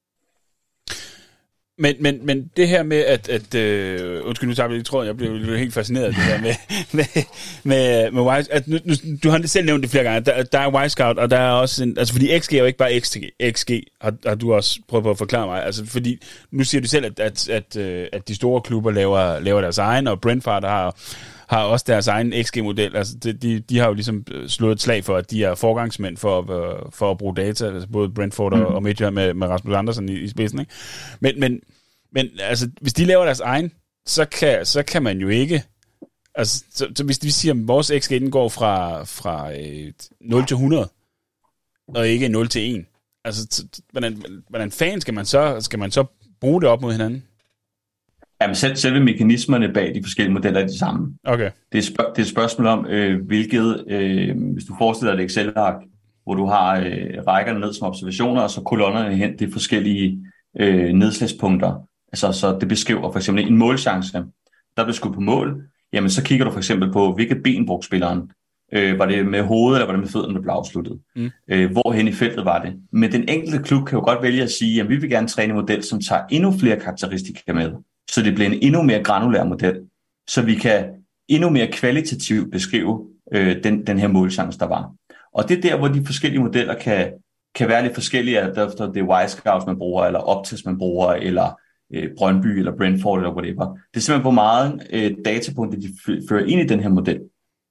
[SPEAKER 1] Men, men, men det her med, at, at øh, undskyld, nu tager vi lidt tråden, jeg blev helt fascineret af det der med, med, med, med Y, at nu, nu, du har selv nævnt det flere gange, der, der er Y-Scout, og der er også en, altså fordi X G er jo ikke bare X G, X G har, har du også prøvet på at forklare mig, altså fordi, nu siger du selv, at, at, at, at de store klubber laver, laver deres egen, og Brentford har, har også deres egen X G-model. Altså, de, de, de har jo ligesom slået et slag for, at de er forgangsmænd for, for at bruge data, altså både Brentford mm. og, og Midtjylland med, med Rasmus Andersen i, i spidsen. Ikke? Men, men, men altså, hvis de laver deres egen, så kan, så kan man jo ikke... Altså, så, så hvis vi siger, at vores X G den går fra, fra øh, nul til hundrede, og ikke nul til en, altså, hvordan, hvordan fanden skal man så, skal man så bruge det op mod hinanden?
[SPEAKER 2] Jamen selv, selve mekanismerne bag de forskellige modeller er de samme.
[SPEAKER 1] Okay.
[SPEAKER 2] Det er, spørg- det er et spørgsmål om, øh, hvilket, øh, hvis du forestiller dig et Excel-ark, hvor du har øh, rækkerne ned som observationer, og så kolonnerne hen, det er forskellige øh, nedslagspunkter. Altså, så det beskriver for eksempel en målchance, der bliver skudt på mål, jamen så kigger du for eksempel på, hvilket ben brugte spilleren. Øh, var det med hovedet, eller var det med fødderne, der blev afsluttet? Mm. Øh, hvorhen i feltet var det? Men den enkelte klub kan jo godt vælge at sige, at vi vil gerne træne en model, som tager endnu flere karakteristika med, så det bliver en endnu mere granulær model, så vi kan endnu mere kvalitativt beskrive øh, den, den her målchance, der var. Og det er der, hvor de forskellige modeller kan, kan være lidt forskellige, efter det er Wisecout, man bruger, eller Optis, man bruger, eller øh, Brøndby, eller Brentford, eller whatever. Det er simpelthen, hvor meget øh, datapunkter, de fører ind i den her model.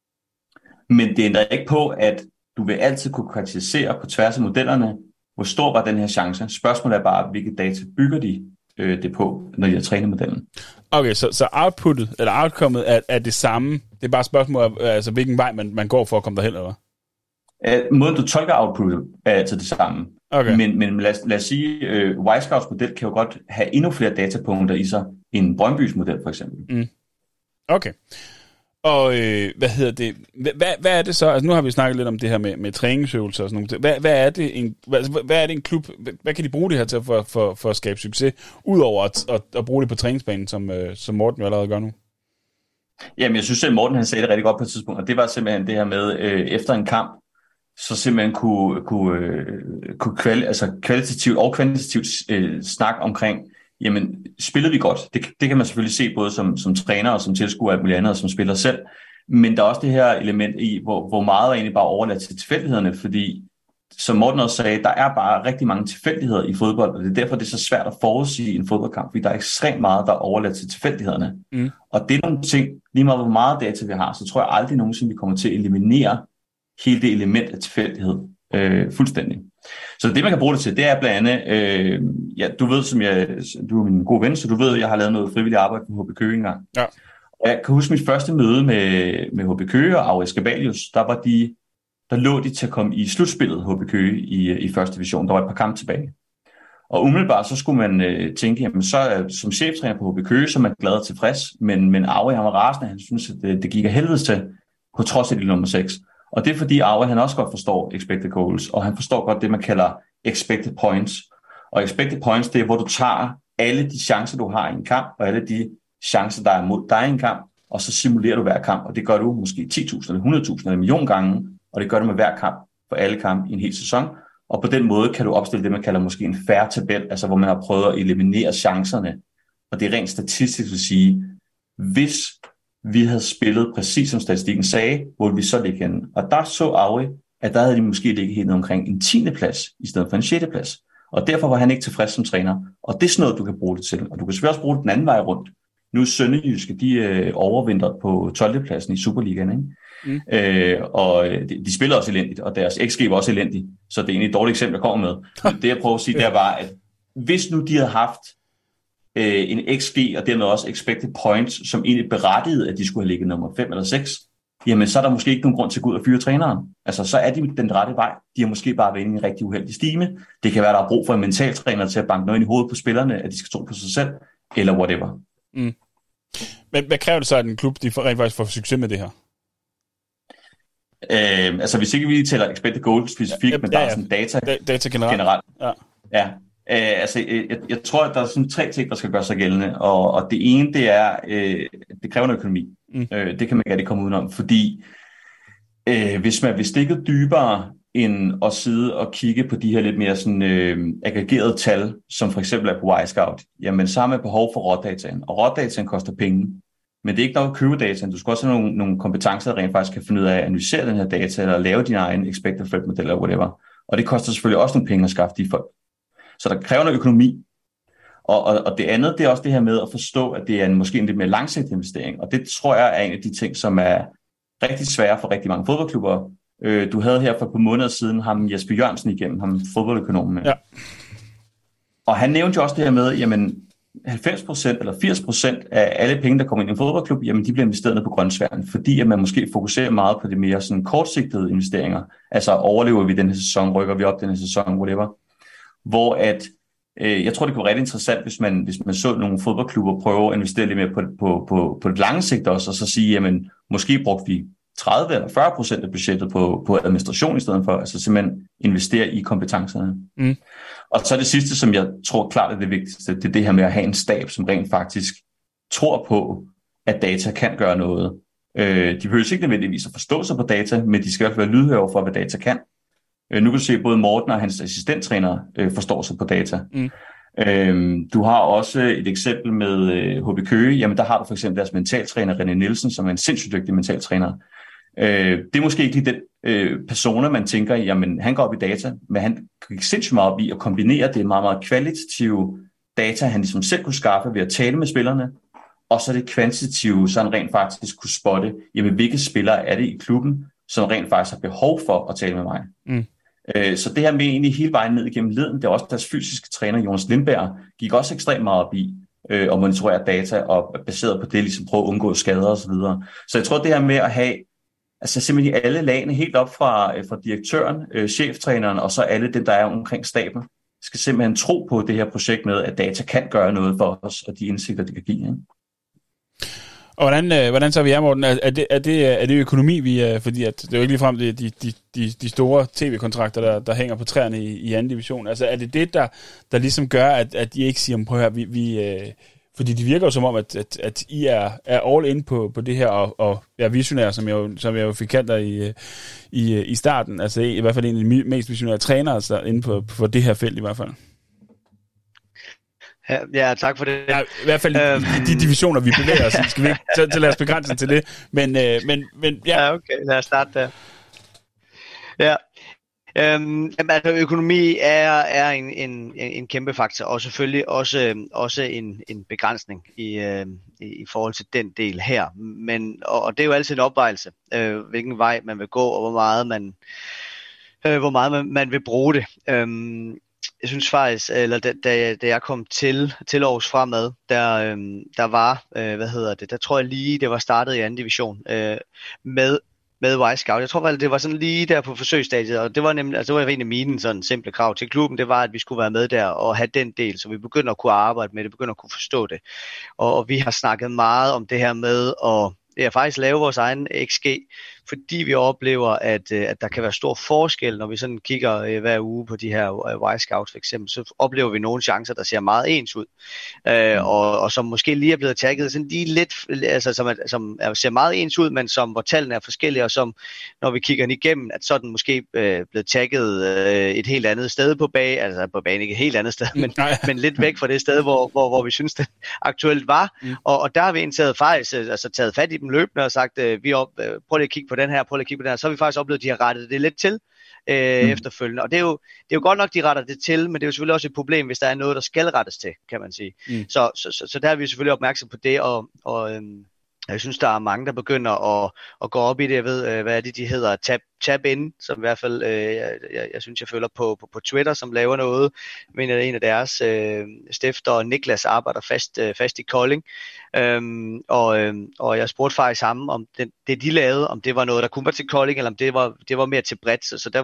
[SPEAKER 2] Men det ændrer ikke på, at du vil altid kunne karakterisere på tværs af modellerne, hvor stor var den her chance. Spørgsmålet er bare, hvilke data bygger de øh, det på, når de har trænet modellen.
[SPEAKER 1] Okay, så, så outputtet, eller outcomet er, er det samme. Det er bare et spørgsmål af, altså, hvilken vej man, man går for at komme derhen, eller hvad?
[SPEAKER 2] Uh, måden, du tolker outputtet, er altid det samme.
[SPEAKER 1] Okay.
[SPEAKER 2] Men, men lad, lad os sige, uh, Wisecout's model kan jo godt have endnu flere datapunkter i sig, end Brøndbys model, for eksempel.
[SPEAKER 1] Mm. Okay. Og øh, hvad hedder det? Hvad, hvad er det så? Altså nu har vi snakket lidt om det her med, med træningsøvelser og sådan noget. Hvad, hvad er det en hvad, hvad er det en klub? Hvad, hvad kan de bruge det her til for, for, for at skabe succes, udover at, at, at bruge det på træningsbanen, som, øh, som Morten jo allerede gør nu?
[SPEAKER 2] Jamen jeg synes at Morten han sagde det rigtig godt på et tidspunkt, og det var simpelthen det her med øh, efter en kamp, så simpelthen kunne kunne, øh, kunne kvali- altså kvalitativt og kvantitativt øh, snakke omkring. Jamen, spillede vi godt? Det, det kan man selvfølgelig se både som, som træner og som tilskuer og alt muligt andet, og som spiller selv. Men der er også det her element i, hvor, hvor meget er egentlig bare overladt til tilfældighederne, fordi som Morten også sagde, der er bare rigtig mange tilfældigheder i fodbold, og det er derfor, det er så svært at forudsige en fodboldkamp, fordi der er ekstremt meget, der er overladt til tilfældighederne. Mm. Og det er nogle ting, lige meget hvor meget data vi har, så tror jeg aldrig nogensinde, vi kommer til at eliminere hele det element af tilfældighed øh, fuldstændig. Så det, man kan bruge det til, det er blandt andet, øh, ja, du ved, som jeg, du er min gode ven, så du ved, at jeg har lavet noget frivilligt arbejde på H B Køge engang. Ja. Og jeg kan huske mit første møde med, med H B Køge og Aurich Gabalius, der var de, der lå de til at komme i slutspillet H B Køge i, i første division. Der var et par kampe tilbage. Og umiddelbart så skulle man øh, tænke, jamen så som cheftræner på H B Køge, så er man glad og tilfreds, men, men Aurich, han var rasende, han synes, at det, det gik af helvedes til, på trods af det nummer seks. Og det er fordi Aurich, han også godt forstår expected goals, og han forstår godt det, man kalder expected points. Og expected points, det er, hvor du tager alle de chancer, du har i en kamp, og alle de chancer, der er mod dig i en kamp, og så simulerer du hver kamp, og det gør du måske ti tusind, eller hundrede tusind, eller en million gange, og det gør du med hver kamp, for alle kampe i en hel sæson. Og på den måde kan du opstille det, man kalder måske en fair tabel, altså hvor man har prøvet at eliminere chancerne. Og det er rent statistisk at sige, hvis vi havde spillet præcis som statistikken sagde, hvor vi så ligge henne. Og der så Aurich, at der havde de måske ligget helt omkring en tiende plads, i stedet for en sjette plads. Og derfor var han ikke tilfreds som træner. Og det er sådan noget, du kan bruge det til. Og du kan selvfølgelig også bruge det den anden vej rundt. Nu er Sønderjyske, de øh, overvintret på tolvte pladsen i Superligaen, ikke? Mm. Øh, og de, de spiller også elendigt, og deres X G var også elendigt. Så det er egentlig et dårligt eksempel, jeg kommer med. Men det jeg prøver at sige, det er bare, at hvis nu de havde haft en X G og dermed også expected points, som egentlig berettigede, at de skulle have ligget nummer fem eller seks, jamen så er der måske ikke nogen grund til at gå ud og fyre træneren. Altså så er de den rette vej. De har måske bare været inde i en rigtig uheldig stime. Det kan være, der er brug for en mentaltræner til at banke noget ind i hovedet på spillerne, at de skal tro på sig selv, eller whatever. Mm.
[SPEAKER 1] Men hvad kræver det så, at en klub de får, rent faktisk får succes med det her?
[SPEAKER 2] Øh, altså hvis ikke vi tæller expected goals specifikt, ja, men der ja, ja. er sådan data,
[SPEAKER 1] da- data generelt.
[SPEAKER 2] generelt.
[SPEAKER 1] Ja.
[SPEAKER 2] ja. Øh, altså, jeg, jeg tror, at der er sådan tre ting, der skal gøre sig gældende, og, og det ene, det er, øh, det kræver en økonomi. Mm. Øh, det kan man ikke rigtig komme udenom, fordi øh, hvis man vil stikke dybere end at sidde og kigge på de her lidt mere sådan øh, aggregerede tal, som for eksempel er på Wisecout, jamen så har man behov for rådataen, og rådataen koster penge. Men det er ikke nok at købe dataen, du skal også have nogle, nogle kompetencer, der rent faktisk kan finde ud af at analysere den her data, eller lave din egen expected threat model, eller whatever. Og det koster selvfølgelig også nogle penge at skaffe de folk. Så der kræver noget økonomi. Og, og, og det andet, det er også det her med at forstå, at det er en, måske en lidt mere langsigtet investering. Og det tror jeg er en af de ting, som er rigtig svære for rigtig mange fodboldklubber. Øh, du havde her for et par måneder siden ham Jesper Jørgensen igennem, ham fodboldøkonomen.
[SPEAKER 1] Ja.
[SPEAKER 2] Og han nævnte jo også det her med, jamen halvfems procent eller firs procent af alle penge, der kommer ind i en fodboldklub, jamen de bliver investeret ned på grønsværen, fordi at man måske fokuserer meget på det mere sådan kortsigtede investeringer. Altså overlever vi den her sæson, rykker vi op den her sæson, whatever. Hvor at, øh, jeg tror det kunne være ret interessant, hvis man, hvis man så nogle fodboldklubber prøve at investere lidt mere på, på, på, på det lange sigt også, og så sige, jamen måske brugte vi tredive eller fyrre procent af budgettet på, på administration i stedet for, altså simpelthen investere i kompetencerne. Mm. Og så det sidste, som jeg tror klart er det vigtigste, det er det her med at have en stab, som rent faktisk tror på, at data kan gøre noget. Øh, de behøver ikke nødvendigvis at forstå sig på data, men de skal i hvert fald være lydhøre for, hvad data kan. Øh, nu kan du se, at både Morten og hans assistenttræner øh, forstår sig på data. Mm. Øh, du har også et eksempel med øh, H B Køge. Jamen der har du for eksempel deres mentaltræner, René Nielsen, som er en sindssygt dygtig mentaltræner. Øh, det er måske ikke lige den øh, persona, man tænker, jamen han går op i data, men han gik sindssygt meget op i at kombinere det meget, meget kvalitative data, han ligesom selv kunne skaffe ved at tale med spillerne, og så det kvantitative, så han rent faktisk kunne spotte, jamen hvilke spillere er det i klubben, som rent faktisk har behov for at tale med mig. Mm. Øh, så det her med egentlig hele vejen ned igennem leden, det er også deres fysiske træner, Jonas Lindberg, gik også ekstremt meget op i, øh, og monitorere data, og baseret på det, ligesom prøve at undgå skader osv. Så, videre. Så jeg tror, det her med at have altså simpelthen i alle lagene, helt op fra, fra direktøren, øh, cheftræneren, og så alle dem, der er omkring staben, skal simpelthen tro på det her projekt med, at data kan gøre noget for os, og de indsigter, det kan give. Ikke?
[SPEAKER 1] Og hvordan, øh, hvordan så vi er, Morten? Er, er, det, er, det, er det økonomi, vi er, fordi at det er jo ikke ligefrem de, de, de, de store tv-kontrakter, der, der hænger på træerne i, i anden division. Altså er det det, der, der ligesom gør, at, at de ikke siger, prøv her, vi... vi øh, fordi det virker jo som om, at, at, at I er, er all in på, på det her, og, og er visionære, som jeg jo, som jeg jo fik kaldt dig i, i, i starten. Altså i hvert fald en af de mest visionære trænere altså, inde på, på det her felt i hvert fald.
[SPEAKER 3] Ja, ja tak for det.
[SPEAKER 1] Ja, i hvert fald øhm. i de divisioner, vi bevæger os i. Skal vi ikke så, så lad os begrænse til det. Men, øh, men, men ja.
[SPEAKER 3] Ja, okay. Lad os starte der. Ja. Øhm, altså økonomi er, er en, en, en kæmpe faktor, og selvfølgelig også, også en, en begrænsning i, øh, i forhold til den del her. Men, og, og det er jo altid en opvejelse, øh, hvilken vej man vil gå, og hvor meget man, øh, hvor meget man, man vil bruge det. Øhm, jeg synes faktisk, eller da, da, da jeg kom til, til Aarhus Fremad, der, øh, der var, øh, hvad hedder det, der tror jeg lige, det var startet i anden division, øh, med med Y-Scout. Jeg tror vel, det var sådan lige der på forsøgsstadiet, og det var nemlig, altså det var en af mine sådan simple krav til klubben, det var, at vi skulle være med der og have den del, så vi begynder at kunne arbejde med det, begynder at kunne forstå det. Og, og vi har snakket meget om det her med at ja, faktisk lave vores egen X G, fordi vi oplever, at, at der kan være stor forskel, når vi sådan kigger øh, hver uge på de her Y-Scouts for eksempel, så oplever vi nogle chancer, der ser meget ens ud, øh, mm. og, og som måske lige er blevet tagget sådan lige lidt, altså som, er, som er, ser meget ens ud, men som hvor tallene er forskellige, og som når vi kigger den igennem, at så er den måske øh, blevet tagget øh, et helt andet sted på bag, altså på banen ikke et helt andet sted, men, men lidt væk fra det sted, hvor, hvor, hvor vi synes det aktuelt var, mm. og, og der har vi indtaget faktisk, altså taget fat i dem løbende og sagt, øh, vi op, øh, prøv lige at kigge på den her, prøv lige at kigge på den her, så har vi faktisk oplevet, at de har rettet det lidt til øh, mm. efterfølgende. Og det er, jo, det er jo godt nok, de retter det til, men det er jo selvfølgelig også et problem, hvis der er noget, der skal rettes til, kan man sige. Mm. Så, så, så, så der er vi selvfølgelig opmærksom på det, og, og øhm, jeg synes, der er mange, der begynder at, at gå op i det. Jeg ved, øh, hvad er det, de hedder? Tab, tab in, som i hvert fald, øh, jeg, jeg, jeg synes, jeg følger på, på, på Twitter, som laver noget. Men en af deres øh, stifter, Niklas, arbejder fast, øh, fast i Kolding. Øhm, og, øhm, og jeg spurgte faktisk ham, om det, det de lavede, om det var noget, der kunne være til Kolding, eller om det var, det var mere til bredt. Så, så der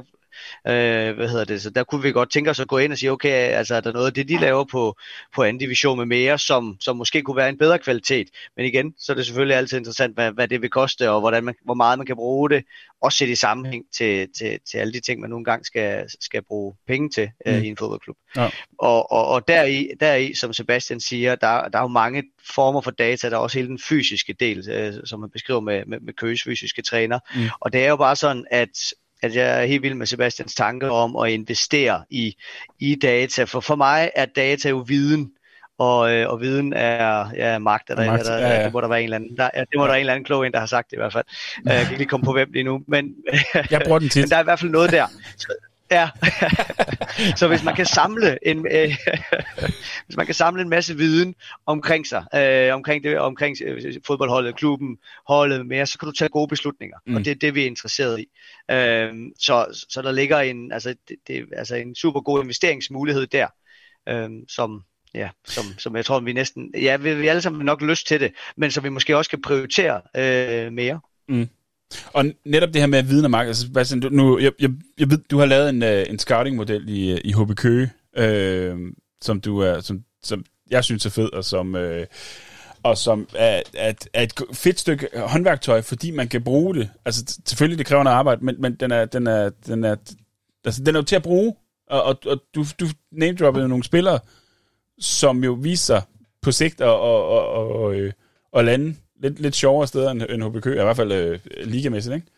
[SPEAKER 3] Øh, hvad hedder det, så der kunne vi godt tænke os at gå ind og sige, okay, altså er der noget af det, de laver på, på anden division med mere, som, som måske kunne være en bedre kvalitet, men igen, så er det selvfølgelig altid interessant, hvad, hvad det vil koste, og hvordan man, hvor meget man kan bruge det, også set i sammenhæng til, til, til alle de ting, man nogle gange skal, skal bruge penge til mm. øh, i en fodboldklub. Ja. Og, og, og deri, deri, som Sebastian siger, der, der er jo mange former for data, der er også hele den fysiske del, øh, som man beskriver med, med, med Køges fysiske træner, mm. og det er jo bare sådan, at at jeg er helt vild med Sebastians tanke om at investere i, i data. For for mig er data jo viden, og, øh, og viden er ja, magt. Er der, magt er der, ja, ja. Det må der være en eller anden, der, ja, det må ja. der være en eller anden klog en, der har sagt det i hvert fald. Jeg kan ikke lige komme på hvem lige nu, men,
[SPEAKER 1] jeg bruger den tit.
[SPEAKER 3] Men der er i hvert fald noget der. Så, Ja, så hvis man kan samle en øh, hvis man kan samle en masse viden omkring sig, øh, omkring det, omkring fodboldholdet, klubben, holdet mere, så kan du tage gode beslutninger, mm. og det er det vi er interesseret i. Øh, så så der ligger en altså det, det altså en super god investeringsmulighed der, øh, som ja, som som jeg tror vi næsten ja vi, vi alle sammen nok lyst til det, men så vi måske også kan prioritere øh, mere.
[SPEAKER 1] Mm. Og netop det her med viden og marked, altså, Bastian, du, nu, jeg, jeg, jeg ved, du har lavet en, uh, en scouting-model i, i H B Køge, øh, som du er, som, som jeg synes er fed, og som, øh, og som er, er, er et fedt stykke håndværktøj, fordi man kan bruge det. Altså selvfølgelig, det kræver noget arbejde, men, men den er, den er, den er, altså, den er jo til at bruge, og, og, og du, du name-droppede nogle spillere, som jo viser sig på sigt at og, og, og, og, og lande Lidt, lidt sjovere steder end, end H B Køge, i hvert fald øh, ligamæssigt, ikke?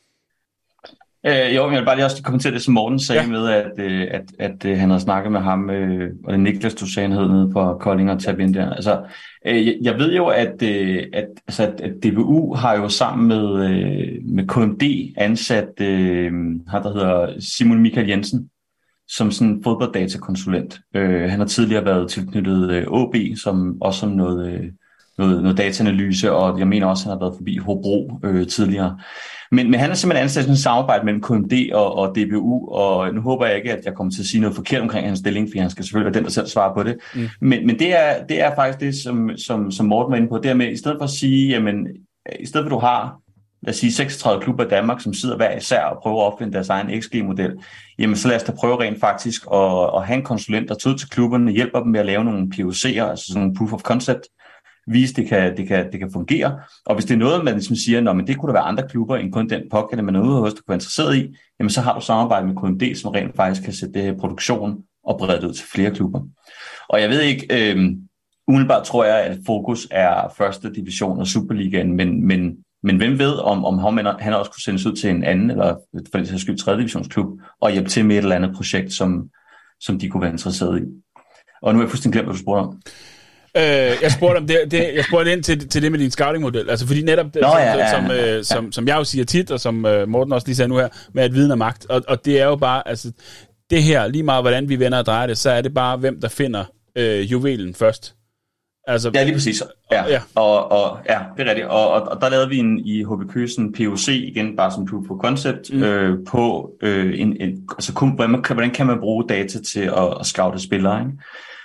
[SPEAKER 2] Øh, jo, men jeg vil bare lige også kommentere det, som Morten sagde ja. med, at, øh, at, at øh, han havde snakket med ham, øh, og det Niklas, du sagde, han hed nede på Kolding og tab ind der. Altså, øh, jeg, jeg ved jo, at, øh, at, altså, at, at D B U har jo sammen med, øh, med K M D ansat øh, ham, der hedder Simon Michael Jensen, som sådan en fodbolddatakonsulent. Øh, han har tidligere været tilknyttet øh, O B, som også som noget... Øh, Noget, noget dataanalyse, og jeg mener også, at han har været forbi Hobro øh, tidligere. Men, men han er simpelthen ansat i et samarbejde mellem K M D og, og D B U, og nu håber jeg ikke, at jeg kommer til at sige noget forkert omkring hans stilling, for han skal selvfølgelig være den, der selv svarer på det. Mm. Men, men det, er, det er faktisk det, som, som, som Morten var inde på, det er med, i stedet for at sige, jamen, i stedet for at du har, lad os sige, seksogtredive klubber i Danmark, som sidder hver især og prøver at opfinde deres egen X G-model, jamen så lad os da prøve rent faktisk at, at have en konsulent, der tager ud til klubberne, hjælper dem med at lave nogle P O C'er, altså sådan nogle proof of concept, vise, det kan, det, kan, det kan fungere. Og hvis det er noget, man ligesom siger, nå, men det kunne der være andre klubber end kun den pågældende, man er ude hos, der kunne være interesseret i, jamen så har du samarbejde med K M D, som rent faktisk kan sætte det her produktion og brede det ud til flere klubber. Og jeg ved ikke, øh, umiddelbart tror jeg, at fokus er første division og Superligaen, men, men, men hvem ved, om, om han også kunne sendes ud til en anden, eller for det sags skyld tredje divisionsklub, og hjælpe til med et eller andet projekt, som, som de kunne være interesseret i. Og nu er jeg fuldstændig glemt, hvad du spurgte om.
[SPEAKER 1] Øh, jeg spurgte om det, det jeg spurgte ind til, til det med din scouting-model, altså fordi netop det, Nå, som, ja, ja, som, ja, ja. Som, som jeg jo siger tit, og som uh, Morten også lige sagde nu her, med at viden og magt, og, og det er jo bare, altså det her, lige meget hvordan vi vender og drejer det, så er det bare, hvem der finder øh, juvelen først. Altså,
[SPEAKER 2] ja, lige præcis. Ja, ja. Og, og, ja det er rigtigt. Og, og, og der lavede vi en, i H B Køge en P O C, igen bare som proof of concept, mm. øh, på øh, en, en, altså kun, hvordan, hvordan kan man bruge data til at, at scoute spillere, ikke?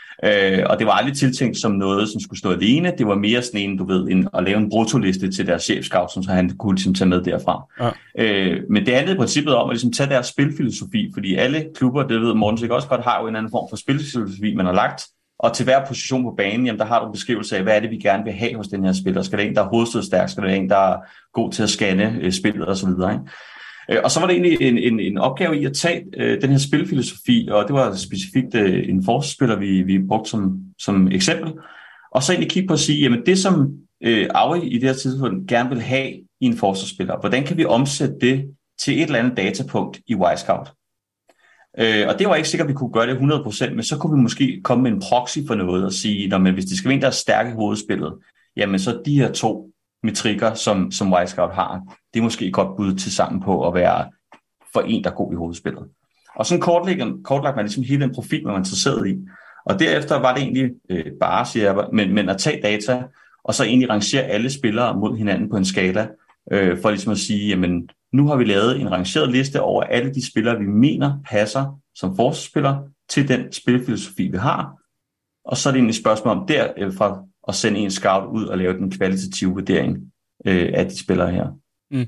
[SPEAKER 2] Øh, og det var aldrig tiltænkt som noget, som skulle stå alene. Det var mere sådan en, du ved, en, at lave en bruttoliste til deres chefscout, som så han kunne ligesom tage med derfra. Ja. Øh, men det handlede i princippet om at ligesom tage deres spilfilosofi, fordi alle klubber, det ved Morten sikkert også godt, har jo en anden form for spilfilosofi, man har lagt. Og til hver position på banen, jamen, der har du en beskrivelse af, hvad er det, vi gerne vil have hos den her spiller. Skal det en, der er hovedstødstærk? Skal det en, der er god til at scanne øh, spillet osv.? Og så var det egentlig en, en, en opgave i at tage øh, den her spilfilosofi, og det var specifikt øh, en forsvarsspiller, vi, vi brugte som, som eksempel, og så egentlig kigge på at sige, jamen det som øh, Auri i det her tidspunkt gerne vil have i en forsvarsspiller, hvordan kan vi omsætte det til et eller andet datapunkt i Y-Scout? Øh, og det var ikke sikkert, at vi kunne gøre det hundrede procent, men så kunne vi måske komme med en proxy for noget og sige, men hvis det skal være en, der er stærk i hovedspillet, jamen så de her to metrikker, som, som Y-Scout har, det er måske et godt bud til sammen på at være for en, der er god i hovedspillet. Og sådan kortlagt man ligesom hele den profil, man var interesseret i. Og derefter var det egentlig øh, bare, siger jeg, men, men at tage data, og så egentlig rangere alle spillere mod hinanden på en skala, øh, for ligesom at sige, jamen nu har vi lavet en rangeret liste over alle de spillere, vi mener passer som forsvarsspillere til den spilfilosofi, vi har. Og så er det egentlig et spørgsmål om derfra at sende en scout ud og lave den kvalitative vurdering øh, af de spillere her. Mm.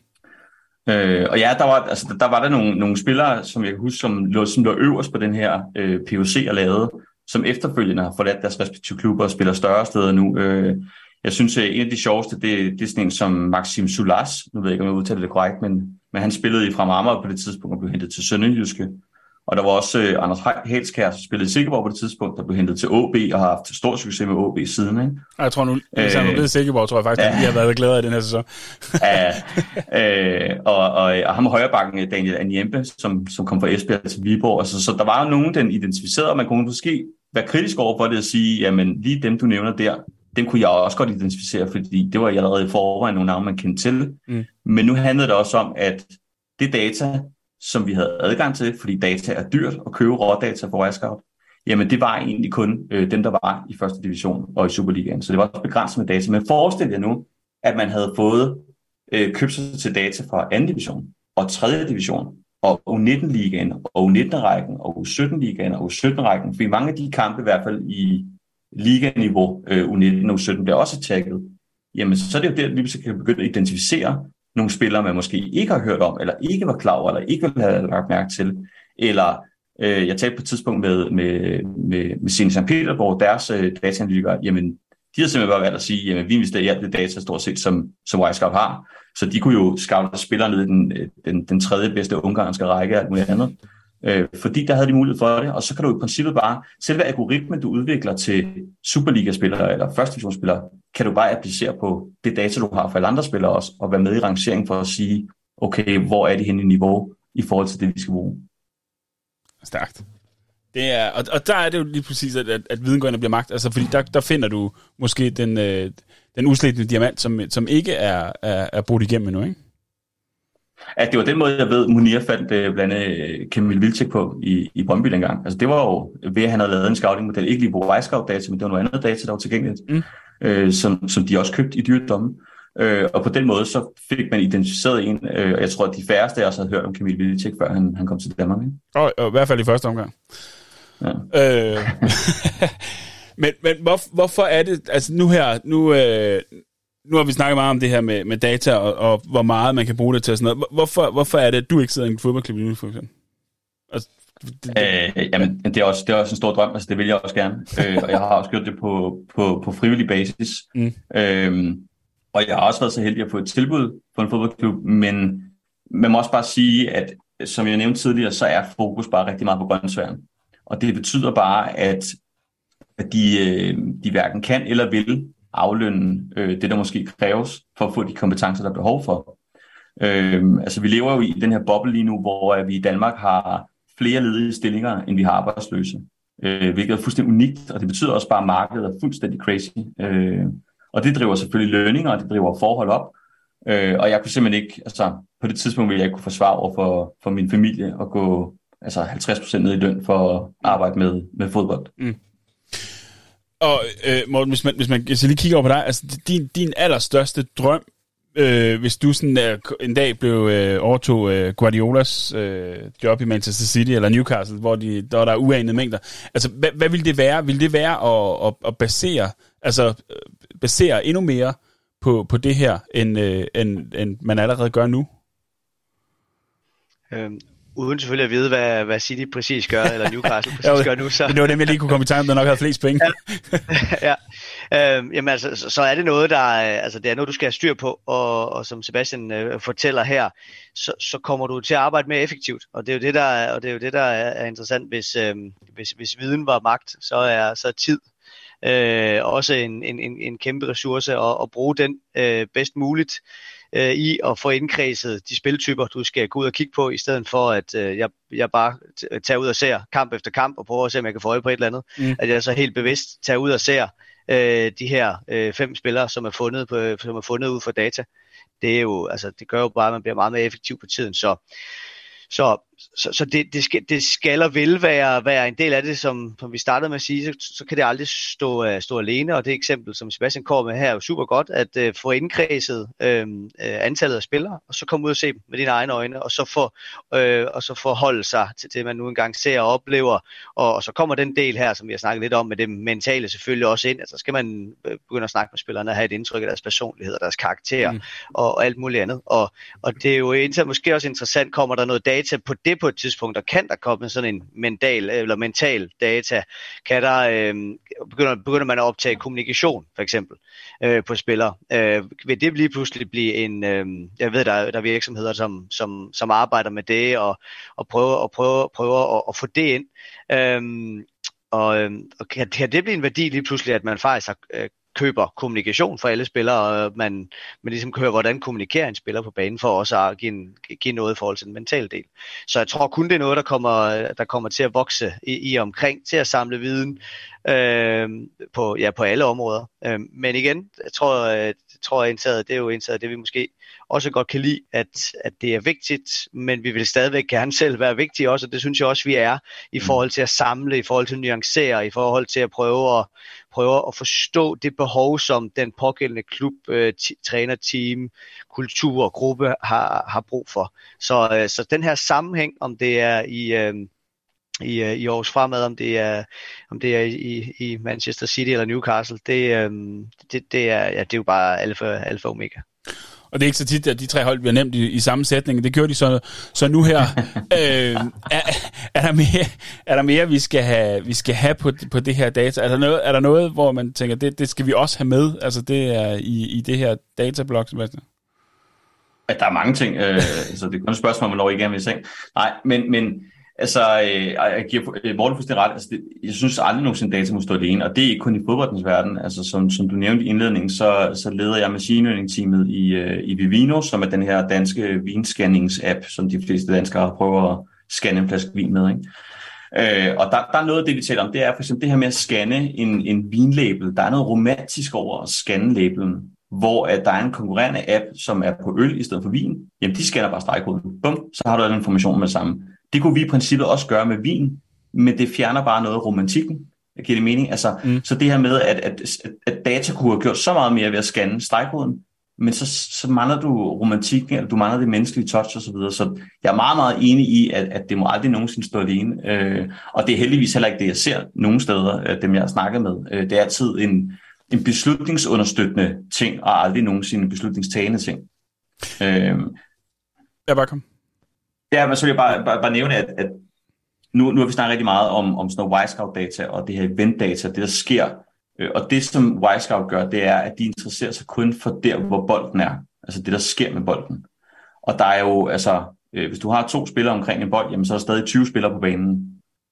[SPEAKER 2] Øh, og ja, der var, altså, der var der nogle, nogle spillere, som jeg kan huske, som lå, som lå øverst på den her øh, P O C og lavede, som efterfølgende har forladt deres respektive klubber og spiller større steder nu. Øh, jeg synes, at en af de sjoveste, det, det er sådan en som Maxim Sulas. Nu ved jeg ikke, om jeg udtaler det korrekt, men, men han spillede i Fremad Amager på det tidspunkt og blev hentet til Sønderjyske. Og der var også øh, Anders Helskær, som spillede i Silkeborg på det tidspunkt, der blev hentet til O B og har haft stor succes med O B siden. Ikke?
[SPEAKER 1] Jeg tror nu, hvis han var blevet i Silkeborg, tror jeg faktisk, at de har været glade af den her sæson.
[SPEAKER 2] ja, øh, og, og, og ham højrebakken, Daniel Anjempe, som, som kom fra Esbjerg til Viborg. Altså, så der var jo nogen, den identificerede, og man kunne måske være kritisk over for det og sige, jamen lige dem, du nævner der, dem kunne jeg også godt identificere, fordi det var allerede i forvejen nogle navne, man kendte til. Mm. Men nu handlede det også om, at det data, som vi havde adgang til, fordi data er dyrt at købe rådata for Wirescout, jamen det var egentlig kun øh, dem, der var i første division og i Superligaen. Så det var også begrænset med data. Men forestil jer nu, at man havde fået øh, købt sig til data fra anden division og tredje division og U nitten-ligaen og U nitten-rækken og U sytten-ligaen og U sytten-rækken. For i mange af de kampe, i hvert fald i liganiveau, øh, U nitten og U sytten, bliver også tagget. Jamen så er det jo der, at vi kan begynde at identificere nogle spillere, man måske ikke har hørt om, eller ikke var klar over, eller ikke ville have lagt mærke til. Eller øh, jeg talte på et tidspunkt med, med, med, med Zenit Sankt Petersborg, deres øh, dataanalytikere, jamen de har simpelthen bare valgt at sige, jamen vi investerer i alt det data stort set, som, som Wirescout har. Så de kunne jo scoute spillere ned i den, den, den tredje bedste ungarske række og alt muligt andet. Øh, fordi der havde de mulighed for det, og så kan du i princippet bare, selve algoritmen, du udvikler til Superliga-spillere eller første divisionsspillere, kan du bare applicere på det data, du har for alle andre spillere også, og være med i rangering for at sige, okay, hvor er det henne i niveau i forhold til det, vi skal bruge.
[SPEAKER 1] Stærkt. Det er, og, og der er det jo lige præcis, at, at, at viden går ind og bliver magt, altså fordi der, der finder du måske den, øh, den udslættende diamant, som, som ikke er, er, er brudt igennem endnu, ikke?
[SPEAKER 2] At det var den måde, jeg ved, Munir fandt øh, blandt andet Kamil Vilcek på i, i Brøndby dengang. Altså det var jo ved, at han havde lavet en scouting-model, ikke lige på Wirescout-data, men det var noget andet data, der var tilgængeligt, mm. øh, som, som de også købte i dyredomme. Øh, og på den måde, så fik man identificeret en, øh, og jeg tror, at de færreste af os havde hørt om Kamil Vilcek, før han, han kom til Danmark. Ikke?
[SPEAKER 1] Og, og i hvert fald i første omgang. Ja. Øh, men men hvor, hvorfor er det, altså nu her, nu... Øh, Nu har vi snakket meget om det her med, med data, og, og hvor meget man kan bruge det til og sådan noget. Hvorfor, hvorfor er det, at du ikke sidder i en fodboldklub nu, for eksempel? Altså, det, det...
[SPEAKER 2] Øh, jamen, det er, også, det er også en stor drøm, altså det vil jeg også gerne. øh, og jeg har også gjort det på, på, på frivillig basis. Mm. Øh, og jeg har også været så heldig at få et tilbud på en fodboldklub, men man må også bare sige, at som jeg nævnte tidligere, så er fokus bare rigtig meget på grøntsværen. Og det betyder bare, at, at de, de hverken kan eller vil aflønne øh, det, der måske kræves for at få de kompetencer, der er behov for. Øh, altså, vi lever jo i den her boble lige nu, hvor vi i Danmark har flere ledige stillinger, end vi har arbejdsløse. Øh, hvilket er fuldstændig unikt, og det betyder også bare, at markedet er fuldstændig crazy. Øh, og det driver selvfølgelig lønninger, og det driver forhold op. Øh, og jeg kunne simpelthen ikke, altså på det tidspunkt ville jeg ikke kunne forsvare over for, for min familie at gå altså halvtreds procent ned i løn for at arbejde med, med fodbold. Mm.
[SPEAKER 1] Og øh, Morten, hvis man, hvis man hvis jeg lige kigger over på dig, altså din, din allerstørste drøm, øh, hvis du sådan øh, en dag blev øh, overtog øh, Guardiolas øh, job i Manchester City eller Newcastle, hvor de, der, der er uanede mængder, altså hvad, hvad ville det være? Vil det være at, at, at basere, altså basere endnu mere på, på det her, end, øh, end, end man allerede gør nu?
[SPEAKER 3] Øhm. Uden selvfølgelig at vide, hvad, hvad City præcis gør, eller Newcastle præcis jo, gør nu. Så.
[SPEAKER 1] Det var dem, jeg lige kunne komme i tanke, der nok havde flest penge.
[SPEAKER 3] ja, ja. Øhm, jamen altså, så, så er det noget, der altså, det er noget, du skal have styr på, og, og som Sebastian øh, fortæller her, så, så kommer du til at arbejde mere effektivt, og det er jo det, der er, og det er, jo det, der er, er interessant, hvis, øh, hvis, hvis viden var magt, så er så er tid øh, også en, en, en, en kæmpe ressource, og, og bruge den øh, bedst muligt i at få indkredset de spiltyper, du skal gå ud og kigge på, i stedet for, at øh, jeg, jeg bare tager ud og ser kamp efter kamp, og prøver at se, om jeg kan få øje på et eller andet. Mm. At jeg så helt bevidst tager ud og ser øh, de her øh, fem spillere, som er fundet på, som er fundet ud fra data. Det er jo, altså, det gør jo bare, at man bliver meget mere effektiv på tiden. Så, så, så, så det, det, skal, det skal og vil være, være en del af det, som, som vi startede med at sige, så, så kan det aldrig stå, stå alene, og det eksempel, som Sebastian kommer med her, er jo super godt, at uh, få indkredset uh, antallet af spillere, og så komme ud og se dem med dine egne øjne, og så få, uh, og så forholde sig til det, man nu engang ser og oplever, og, og så kommer den del her, som vi har snakket lidt om, med det mentale selvfølgelig også ind, altså skal man begynde at snakke med spillerne og have et indtryk af deres personlighed og deres karakter, mm. og, og alt muligt andet, og, og det er jo indtil, måske også interessant, kommer der noget data på det på et tidspunkt, og kan der komme sådan en mental eller mental data, kan der øh, begynder, begynder man at optage kommunikation for eksempel øh, på spillere. Øh, vil det lige pludselig blive en, øh, jeg ved der, der er virksomheder som som som arbejder med det og og prøver og prøver prøver at, at få det ind. Øh, og og kan, kan det blive en værdi lige pludselig, at man faktisk har øh, køber kommunikation for alle spillere, og man, man ligesom kan høre, hvordan kommunikerer en spiller på banen, for også at give, en, give noget i forhold til den mentale del. Så jeg tror kun, det er noget, der kommer, der kommer til at vokse i, i omkring, til at samle viden øh, på, ja, på alle områder. Øh, men igen, jeg tror, jeg tror indtaget, det er jo indtaget det, vi måske også godt kan lide, at, at det er vigtigt, men vi vil stadigvæk gerne selv være vigtige også, og det synes jeg også, vi er, i forhold til at samle, i forhold til at nuancere, i forhold til at prøve at, prøve at forstå det behov, som den pågældende klub, øh, t- trænerteam, kultur og gruppe har, har brug for. Så, øh, så den her sammenhæng, om det er i... Øh, i, i Aarhus Fremad, om det er om det er i, i Manchester City eller Newcastle, det, øhm, det, det, er, ja, det er jo bare alfa, alfa og omega.
[SPEAKER 1] Og det er ikke så tit, at de tre hold bliver nemt i, i samme sætning. Det gjorde de så, så nu her. øh, er, er, der mere, er der mere, vi skal have, vi skal have på, på det her data? Er der noget, er der noget hvor man tænker, det, det skal vi også have med? Altså det er i, i det her datablok, Sebastian?
[SPEAKER 2] At der er mange ting. Øh, så det er kun et spørgsmål, om man når igennem i seng. Nej, men... men Altså, øh, jeg giver Morten fuldstændig ret. Altså, det, jeg synes aldrig nogensinde data må stå alene, og det er ikke kun i fodboldens verden. Altså, som, som du nævnte i indledningen, så, så leder jeg machine learning-teamet i, øh, i Vivino, som er den her danske vinscannings-app, som de fleste danskere prøver at scanne en flaske vin med. Ikke? Øh, og der, der er noget af det, vi taler om, det er for eksempel det her med at scanne en, en vinlabel. Der er noget romantisk over at scanne labelen, hvor at der er en konkurrerende app, som er på øl i stedet for vin. Jamen, de scanner bare stregkoden. Bum, så har du alle information med det samme. Det kunne vi i princippet også gøre med vin, men det fjerner bare noget af romantikken. Jeg giver det mening. Altså, mm. Så det her med, at, at, at data kunne have gjort så meget mere ved at scanne stregkoden, men så, så mangler du romantikken, eller du mangler det menneskelige touch osv. Så, så jeg er meget, meget enig i, at, at det må aldrig nogensinde stå alene. Øh, og det er heldigvis heller ikke det, jeg ser nogen steder, dem jeg har snakket med. Øh, det er altid en, en beslutningsunderstøttende ting, og aldrig nogensinde en beslutningstagende ting. Øh,
[SPEAKER 1] ja, bare kom.
[SPEAKER 2] Ja, men så vil jeg bare, bare, bare nævne, at, at nu, nu har vi snakket rigtig meget om, om sådan noget Y-Scout-data og det her event-data, det der sker. Og det, som Y-Scout gør, det er, at de interesserer sig kun for der, hvor bolden er. Altså det, der sker med bolden. Og der er jo, altså, hvis du har to spillere omkring en bold, jamen så er der stadig tyve spillere på banen.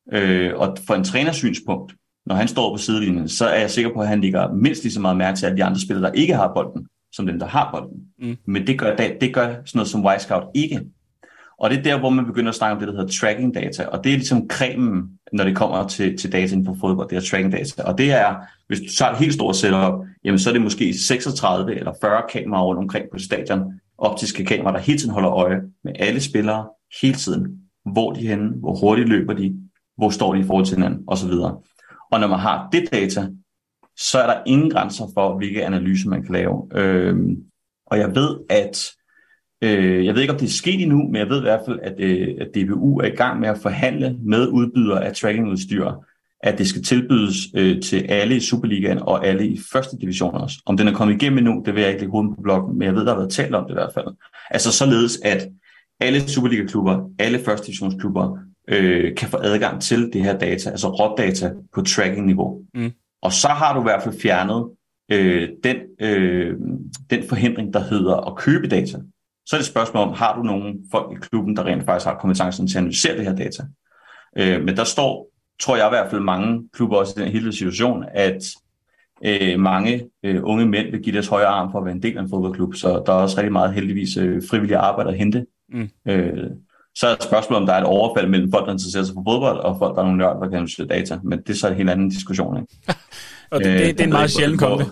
[SPEAKER 2] Og for en trænersynspunkt, når han står på sidelinjen, så er jeg sikker på, at han ligger mindst lige så meget mærke til alle de andre spillere, der ikke har bolden, som dem, der har bolden. Mm. Men det gør, det gør sådan noget som Y-Scout ikke. Og det er der, hvor man begynder at snakke om det, der hedder tracking data. Og det er ligesom cremen, når det kommer til, til data inden for fodbold, det er tracking data. Og det er, hvis du tager et helt stort setup, jamen så er det måske seksogtredive eller fyrre kameraer rundt omkring på stadion. Optiske kameraer, der hele tiden holder øje med alle spillere hele tiden. Hvor de er henne, hvor hurtigt løber de, hvor står de i forhold til hinanden, osv. Og når man har det data, så er der ingen grænser for, hvilke analyser man kan lave. Øhm, og jeg ved, at Jeg ved ikke, om det er sket endnu, men jeg ved i hvert fald, at, at D B U er i gang med at forhandle med udbydere af trackingudstyr, at det skal tilbydes øh, til alle i Superligaen og alle i første division også. Om den er kommet igennem endnu, det vil jeg ikke lægge hovedet på blokken, men jeg ved, der har været talt om det i hvert fald. Altså således, at alle Superliga-klubber, alle første divisionsklubber øh, kan få adgang til det her data, altså rådata på tracking-niveau. Mm. Og så har du i hvert fald fjernet øh, den, øh, den forhindring, der hedder at købe data. Så er det et spørgsmål om, har du nogle folk i klubben, der rent faktisk har kompetencen til at analysere det her data? Øh, men der står, tror jeg i hvert fald mange klubber også i den hele situation, at øh, mange øh, unge mænd vil give deres højre arm for at være en del af en fodboldklub, så der er også rigtig meget heldigvis øh, frivillige arbejde at hente. Mm. Øh, så er det et spørgsmål, om der er et overfald mellem folk, der interesserer sig for fodbold, og folk, der er nogle nørder, der kan analysere data. Men det er så en helt anden diskussion, ikke?
[SPEAKER 1] Og det, det, det er en meget sjældent kommet.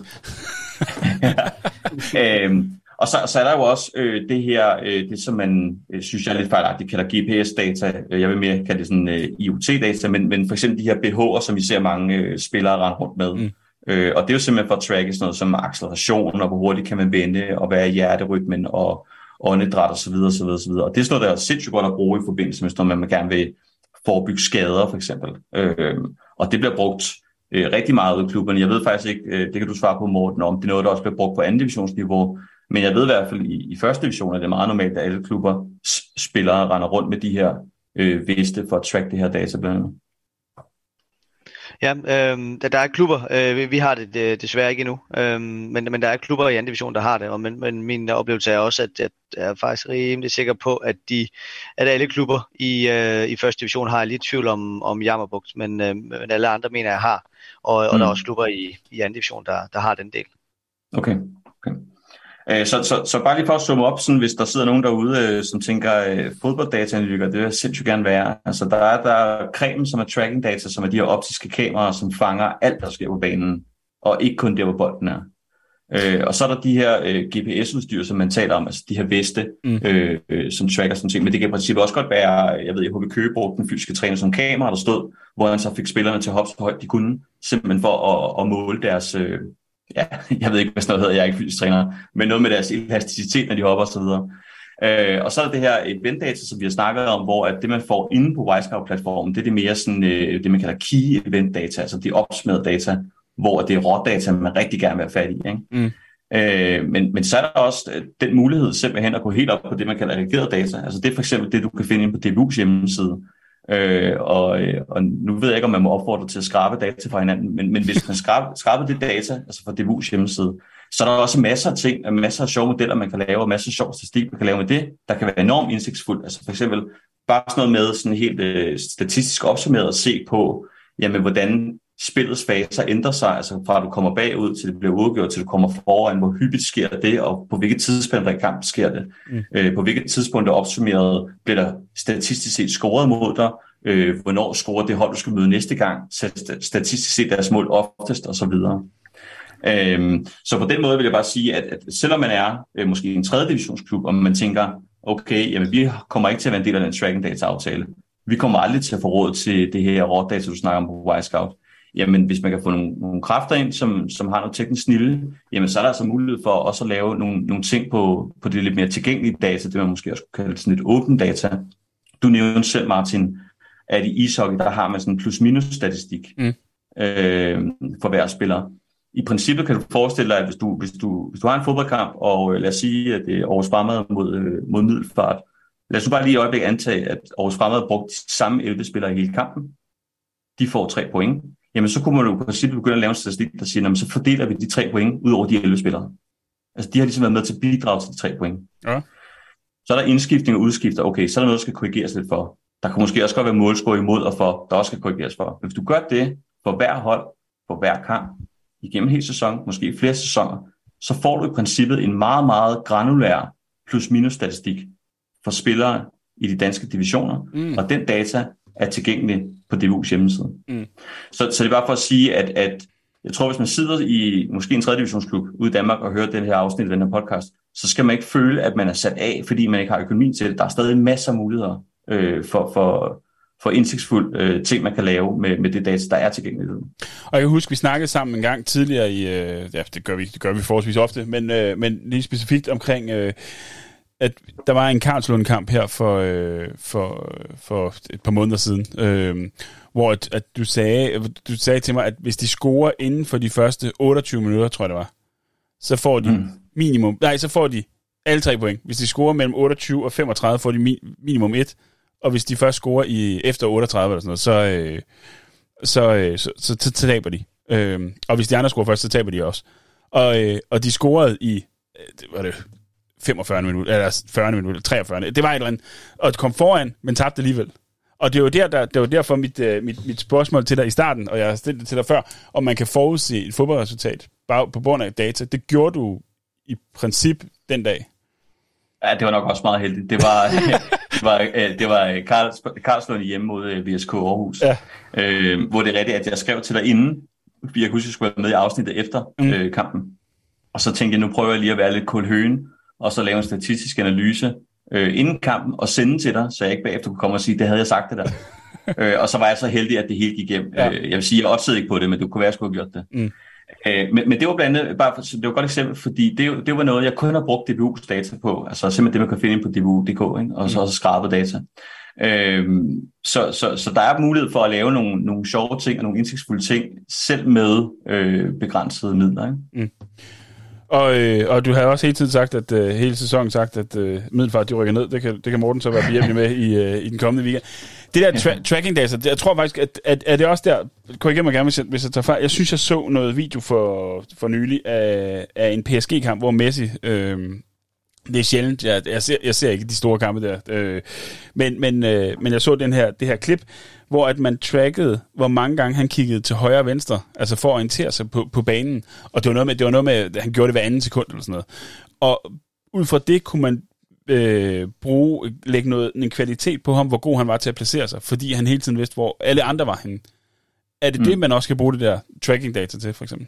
[SPEAKER 2] ja. øh, Og så, så er der jo også øh, det her, øh, det som man øh, synes jeg er lidt fejlagtigt kalder G P S-data. Jeg vil mere kalde det sådan øh, I O T-data, men, men for eksempel de her B H'er, som vi ser mange øh, spillere rende rundt med. Mm. Øh, og det er jo simpelthen for at tracke sådan noget som acceleration, og hvor hurtigt kan man vende, og hvad er hjerterytmen, og åndedræt osv. osv., osv. Og det er sådan noget, der er sindssygt godt at bruge i forbindelse med sådan noget, man gerne vil forebygge skader, for eksempel. Øh, og det bliver brugt øh, rigtig meget ud i klubberne. Jeg ved faktisk ikke, øh, det kan du svare på, Morten, om det er noget, der også bliver brugt på anden divisionsniveau. Men jeg ved i hvert fald, i, i første division er det meget normalt, at alle klubber spillere render rundt med de her øh, veste for at track det her data blandt andet.
[SPEAKER 3] Ja, øh, der er klubber, øh, vi har det, det desværre ikke endnu, øh, men, men der er klubber i anden division, der har det, og men, men min oplevelse er også, at, at jeg er faktisk rimelig sikker på, at, de, at alle klubber i, øh, i første division har lidt tvivl om, om Jammerbugt, men, øh, men alle andre mener jeg har, og, og mm. der er også klubber i, i anden division, der, der har den del.
[SPEAKER 2] Okay, okay. Så, så, så bare lige for at summe op, sådan, hvis der sidder nogen derude, som tænker, fodbolddataanalytikere, det vil jeg sindssygt gerne være. Altså, der er, der er cremen, som er tracking data, som er de her optiske kameraer, som fanger alt, der sker på banen, og ikke kun der, hvor bolden er. Øh, og så er der de her øh, G P S-udstyr, som man taler om, altså de her veste, mm. øh, øh, som tracker sådan ting. Men det kan i princippet også godt være, jeg ved, jeg H B Køge brugte den fysiske træner som kamera, der stod, hvor han så fik spillerne til at hoppe så højt de kunne, simpelthen for at, at måle deres, øh, ja, jeg ved ikke, hvad sådan noget hedder, jeg er ikke fysisk træner, men noget med deres elasticitet, når de hopper og så videre. Øh, og så er der det her event-data, som vi har snakket om, hvor at det, man får inde på Wisecout-platformen, det er det mere sådan, øh, det, man kalder key event-data, altså de opsummerede data, hvor det er rådata, man rigtig gerne vil have fat i. Ikke? Mm. Øh, men, men så er der også den mulighed simpelthen at gå helt op på det, man kalder aggregeret data. Altså det er for eksempel det, du kan finde inde på D B U's hjemmeside. Øh, og, og nu ved jeg ikke, om man må opfordre til at skrabe data fra hinanden, men, men hvis man skraber, skraber det data, altså fra D B U's hjemmeside, så er der også masser af ting, masser af sjove modeller, man kan lave, og masser af sjov statistik, man kan lave med det, der kan være enormt indsigtsfuldt. Altså for eksempel bare sådan noget med sådan helt øh, statistisk opsummeret at se på, jamen hvordan spillets faser ændrer sig, altså fra at du kommer bagud, til det bliver udgjort, til du kommer foran, hvor hyppigt sker det, og på hvilket tidspunkt der i kamp sker det. Mm. Øh, på hvilket tidspunkt der opsummeret, bliver der statistisk set scoret mod dig, øh, hvornår scorer det hold, du skal møde næste gang, statistisk set deres mål oftest, og så videre. Øhm, så på den måde vil jeg bare sige, at, at selvom man er øh, måske en tredje divisionsklub, og man tænker, okay, jamen vi kommer ikke til at være en del af den tracking data aftale, vi kommer aldrig til at få råd til det her rådata, du snakker om på Wisecout. Jamen, hvis man kan få nogle, nogle kræfter ind, som, som har noget teknisk snilde, jamen, så er der altså mulighed for også at lave nogle, nogle ting på, på det lidt mere tilgængelige data, det man måske også kunne kalde sådan lidt åben data. Du nævnte selv, Martin, at i ishockey, der har man sådan en plus-minus-statistik mm. øh, for hver spiller. I princippet kan du forestille dig, at hvis du, hvis du, hvis du har en fodboldkamp, og lad os sige, at det er Aarhus Fremad mod, mod Middelfart, lad os nu bare lige i øjeblik antage, at Aarhus Fremad har brugt de samme elleve spillere i hele kampen. De får tre point. Jamen så kunne man jo på princippet begynde at lave en statistik, der siger, jamen, så fordeler vi de tre point ud over de elleve spillere. Altså de har ligesom været med til at bidrage til de tre point. Ja. Så er der indskiftning og udskifter. Okay, så er der noget, der skal korrigeres lidt for. Der kan måske også godt være målscore imod og for, der også skal korrigeres for. Men hvis du gør det for hver hold, for hver kamp, igennem hele sæson, måske flere sæsoner, så får du i princippet en meget, meget granulær plus-minus statistik for spillere i de danske divisioner. Mm. Og den data er tilgængelig på D B U's hjemmeside. Mm. Så, så det er bare for at sige, at, at jeg tror, hvis man sidder i måske en tredje divisionsklub ude i Danmark og hører den her afsnit af den her podcast, så skal man ikke føle, at man er sat af, fordi man ikke har økonomi til det. Der er stadig masser af muligheder øh, for, for, for indsigtsfulde øh, ting, man kan lave med, med det data, der er tilgængeligt.
[SPEAKER 1] Og jeg kan huske, vi snakkede sammen en gang tidligere i, øh, ja, det gør vi, det gør vi forholdsvis ofte, men, øh, men lige specifikt omkring, øh, at der var en Karlslund-kamp her for, øh, for, for et par måneder siden, øh, hvor at, at du, sagde, du sagde til mig, at hvis de scorer inden for de første otteogtyve minutter, tror jeg det var, så får de mm. minimum, nej, så får de alle tre point. Hvis de scorer mellem otteogtyve og femogtredive, får de mi- minimum et, og hvis de først scorer i efter otteogtredive eller sådan noget, så, øh, så, øh, så, så, så, så taber de. Øh, og hvis de andre scorer først, så taber de også. Og, øh, og de scorede i, det var det femogfyrre minutter, eller fyrre minutter, treogfyrre. Det var et eller andet. Og kom foran, men tabte alligevel. Og det var der, der det var derfor mit, mit, mit spørgsmål til dig i starten, og jeg har stillet det til dig før, om man kan forudse et fodboldresultat bare på grund af data. Det gjorde du i princip den dag.
[SPEAKER 2] Ja, det var nok også meget heldigt. Det var, det var, det var Karl, Karlslund hjemme mod V S K Aarhus, ja. øh, hvor det er rigtigt, at jeg skrev til dig inden, fordi jeg kunne huske, at jeg skulle være med i afsnittet efter mm. øh, kampen. Og så tænkte jeg, nu prøver jeg lige at være lidt kold høen, og så lave en statistisk analyse øh, inden kampen, og sende til dig, så jeg ikke bagefter kunne komme og sige, det havde jeg sagt det der. øh, og så var jeg så heldig, at det hele gik hjem. Ja. Øh, jeg vil sige, jeg opsætter ikke på det, men det kunne være, at jeg skulle have gjort det. Mm. Øh, men, men det var blandt andet, bare for, det var et godt eksempel, fordi det, det var noget, jeg kun har brugt D B U's data på, altså simpelthen det, man kan finde ind på D B U punktum d k, ikke? Og så mm. også skrabet data. Øh, så, så, så der er mulighed for at lave nogle, nogle sjove ting og nogle indsigtsfulde ting, selv med øh, begrænsede midler. Ikke? Mm.
[SPEAKER 1] Og, øh, og du har også hele tiden sagt, at øh, hele sæsonen sagt, at øh, Middelfart de rykker ned. Det kan, det kan Morten så være behjælpelig med i, øh, i den kommende weekend. Det der tra- tracking data, det, jeg tror faktisk, at, at, at det også der, korriger mig gerne, hvis jeg, hvis jeg tager fejl. Jeg synes, jeg så noget video for, for nylig af, af en P S G-kamp, hvor Messi, øh, det er sjældent, jeg, jeg, ser, jeg ser ikke de store kampe der, øh, men, men, øh, men jeg så den her, det her klip, hvor at man trackede, hvor mange gange han kiggede til højre og venstre, altså for at orientere sig på, på banen. Og det var noget med, det var noget med, at han gjorde det hver anden sekund eller sådan noget. Og ud fra det kunne man øh, bruge, lægge noget, en kvalitet på ham, hvor god han var til at placere sig, fordi han hele tiden vidste, hvor alle andre var henne. Er det mm. det, man også skal bruge det der tracking data til, for eksempel?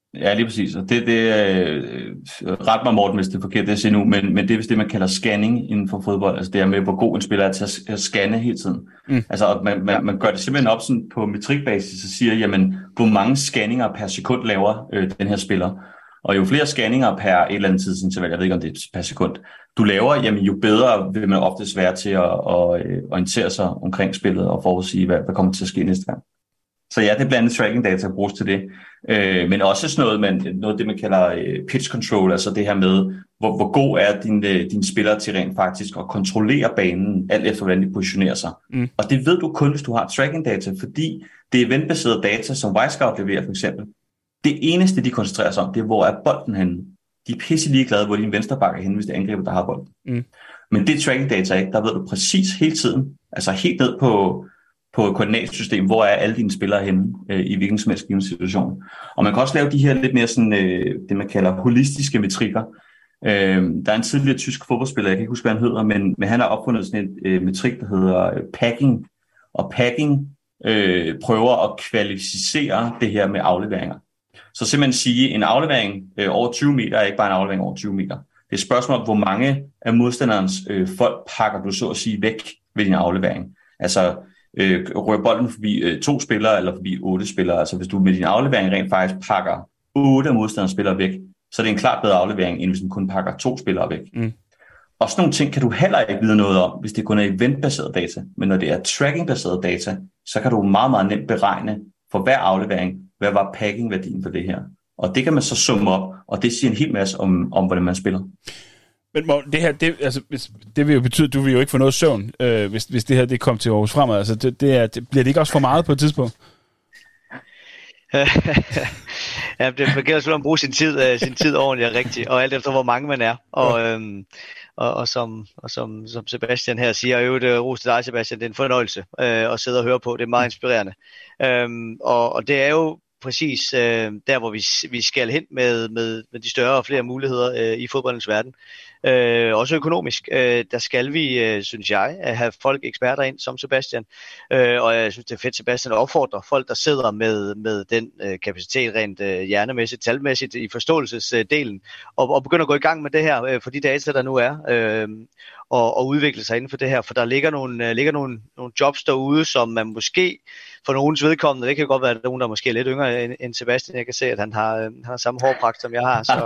[SPEAKER 2] Ja, lige præcis. Og det, det øh, ret mig, Morten, hvis det er forkert, det jeg siger nu, men, men det er vist det, man kalder scanning inden for fodbold. Altså det er med, hvor god en spiller er til at, at scanne hele tiden. Mm. Altså man, man, man gør det simpelthen op sådan på metrikbasis og siger, jamen, hvor mange scanninger per sekund laver øh, den her spiller. Og jo flere scanninger per et eller andet tidsinterval, jeg ved ikke, om det er per sekund, du laver, jamen jo bedre vil man oftest være til at, at, at orientere sig omkring spillet og forudsige, hvad, hvad kommer til at ske næste gang. Så ja, det er blandt andet tracking data, der bruges til det. Øh, men også sådan noget, man, noget det, man kalder øh, pitch control, altså det her med, hvor, hvor god er din, øh, din spiller til rent faktisk at kontrollere banen, alt efter hvordan de positionerer sig. Mm. Og det ved du kun, hvis du har tracking data, fordi det er eventbaseret data, som Wisecout leverer for eksempel. Det eneste, de koncentrerer sig om, det er, hvor er bolden henne. De er pisse ligeglade, hvor din venstre bakke er henne, hvis det er angriber, der har bolden. Mm. Men det tracking data ikke, der ved du præcis hele tiden, altså helt ned på på et koordinatsystem, hvor er alle dine spillere henne øh, i hvilken som helst given situation. Og man kan også lave de her lidt mere sådan, øh, det man kalder holistiske metrikker. Øh, der er en tidligere tysk fodboldspiller, jeg kan ikke huske, hvad han hedder, men, men han har opfundet sådan en øh, metrik, der hedder øh, packing. Og packing øh, prøver at kvalificere det her med afleveringer. Så simpelthen sige, en aflevering øh, over tyve meter er ikke bare en aflevering over tyve meter. Det er et spørgsmål om, hvor mange af modstanderens øh, folk pakker du så at sige væk ved din aflevering. Altså, Øh, rører bolden forbi øh, to spillere eller forbi otte spillere. Altså hvis du med din aflevering rent faktisk pakker otte af modstanderens spillere væk, så er det en klart bedre aflevering, end hvis du kun pakker to spillere væk. Mm. Og sådan nogle ting kan du heller ikke vide noget om, hvis det kun er eventbaseret data. Men når det er tracking-baseret data, så kan du meget, meget nemt beregne for hver aflevering, hvad var packing-værdien for det her. Og det kan man så summe op, og det siger en hel masse om, om hvordan man spiller.
[SPEAKER 1] Men Morten, det her, det, altså, det vil jo betyde, at du vil jo ikke få noget søvn, øh, hvis, hvis det her det kommer til Aarhus Fremad. Altså, det, det er, det, bliver det ikke også for meget på et tidspunkt?
[SPEAKER 3] Ja, det gælder selvfølgelig at bruge sin tid, øh, sin tid ordentligt og rigtigt, og alt efter hvor mange man er. Og, øhm, og, og, som, og som, som Sebastian her siger, og øvrigt ros til dig, Sebastian, det er en fornøjelse øh, at sidde og høre på. Det er meget inspirerende. Øhm, og, og det er jo præcis øh, der, hvor vi, vi skal hen med, med, med de større og flere muligheder øh, i fodboldens verden. Øh, også økonomisk. Øh, der skal vi, øh, synes jeg, have folk, eksperter ind som Sebastian. Øh, og jeg synes, det er fedt, Sebastian opfordrer folk, der sidder med, med den øh, kapacitet rent øh, hjernemæssigt, talmæssigt i forståelsesdelen, og, og begynder at gå i gang med det her øh, for de data, der nu er, øh, og, og udvikle sig inden for det her. For der ligger nogle, øh, ligger nogle, nogle jobs derude, som man måske for nogens vedkommende, det kan godt være, at der er nogen, der måske er lidt yngre end, end Sebastian. Jeg kan se, at han har, øh, han har samme hårpragt, som jeg har. Så,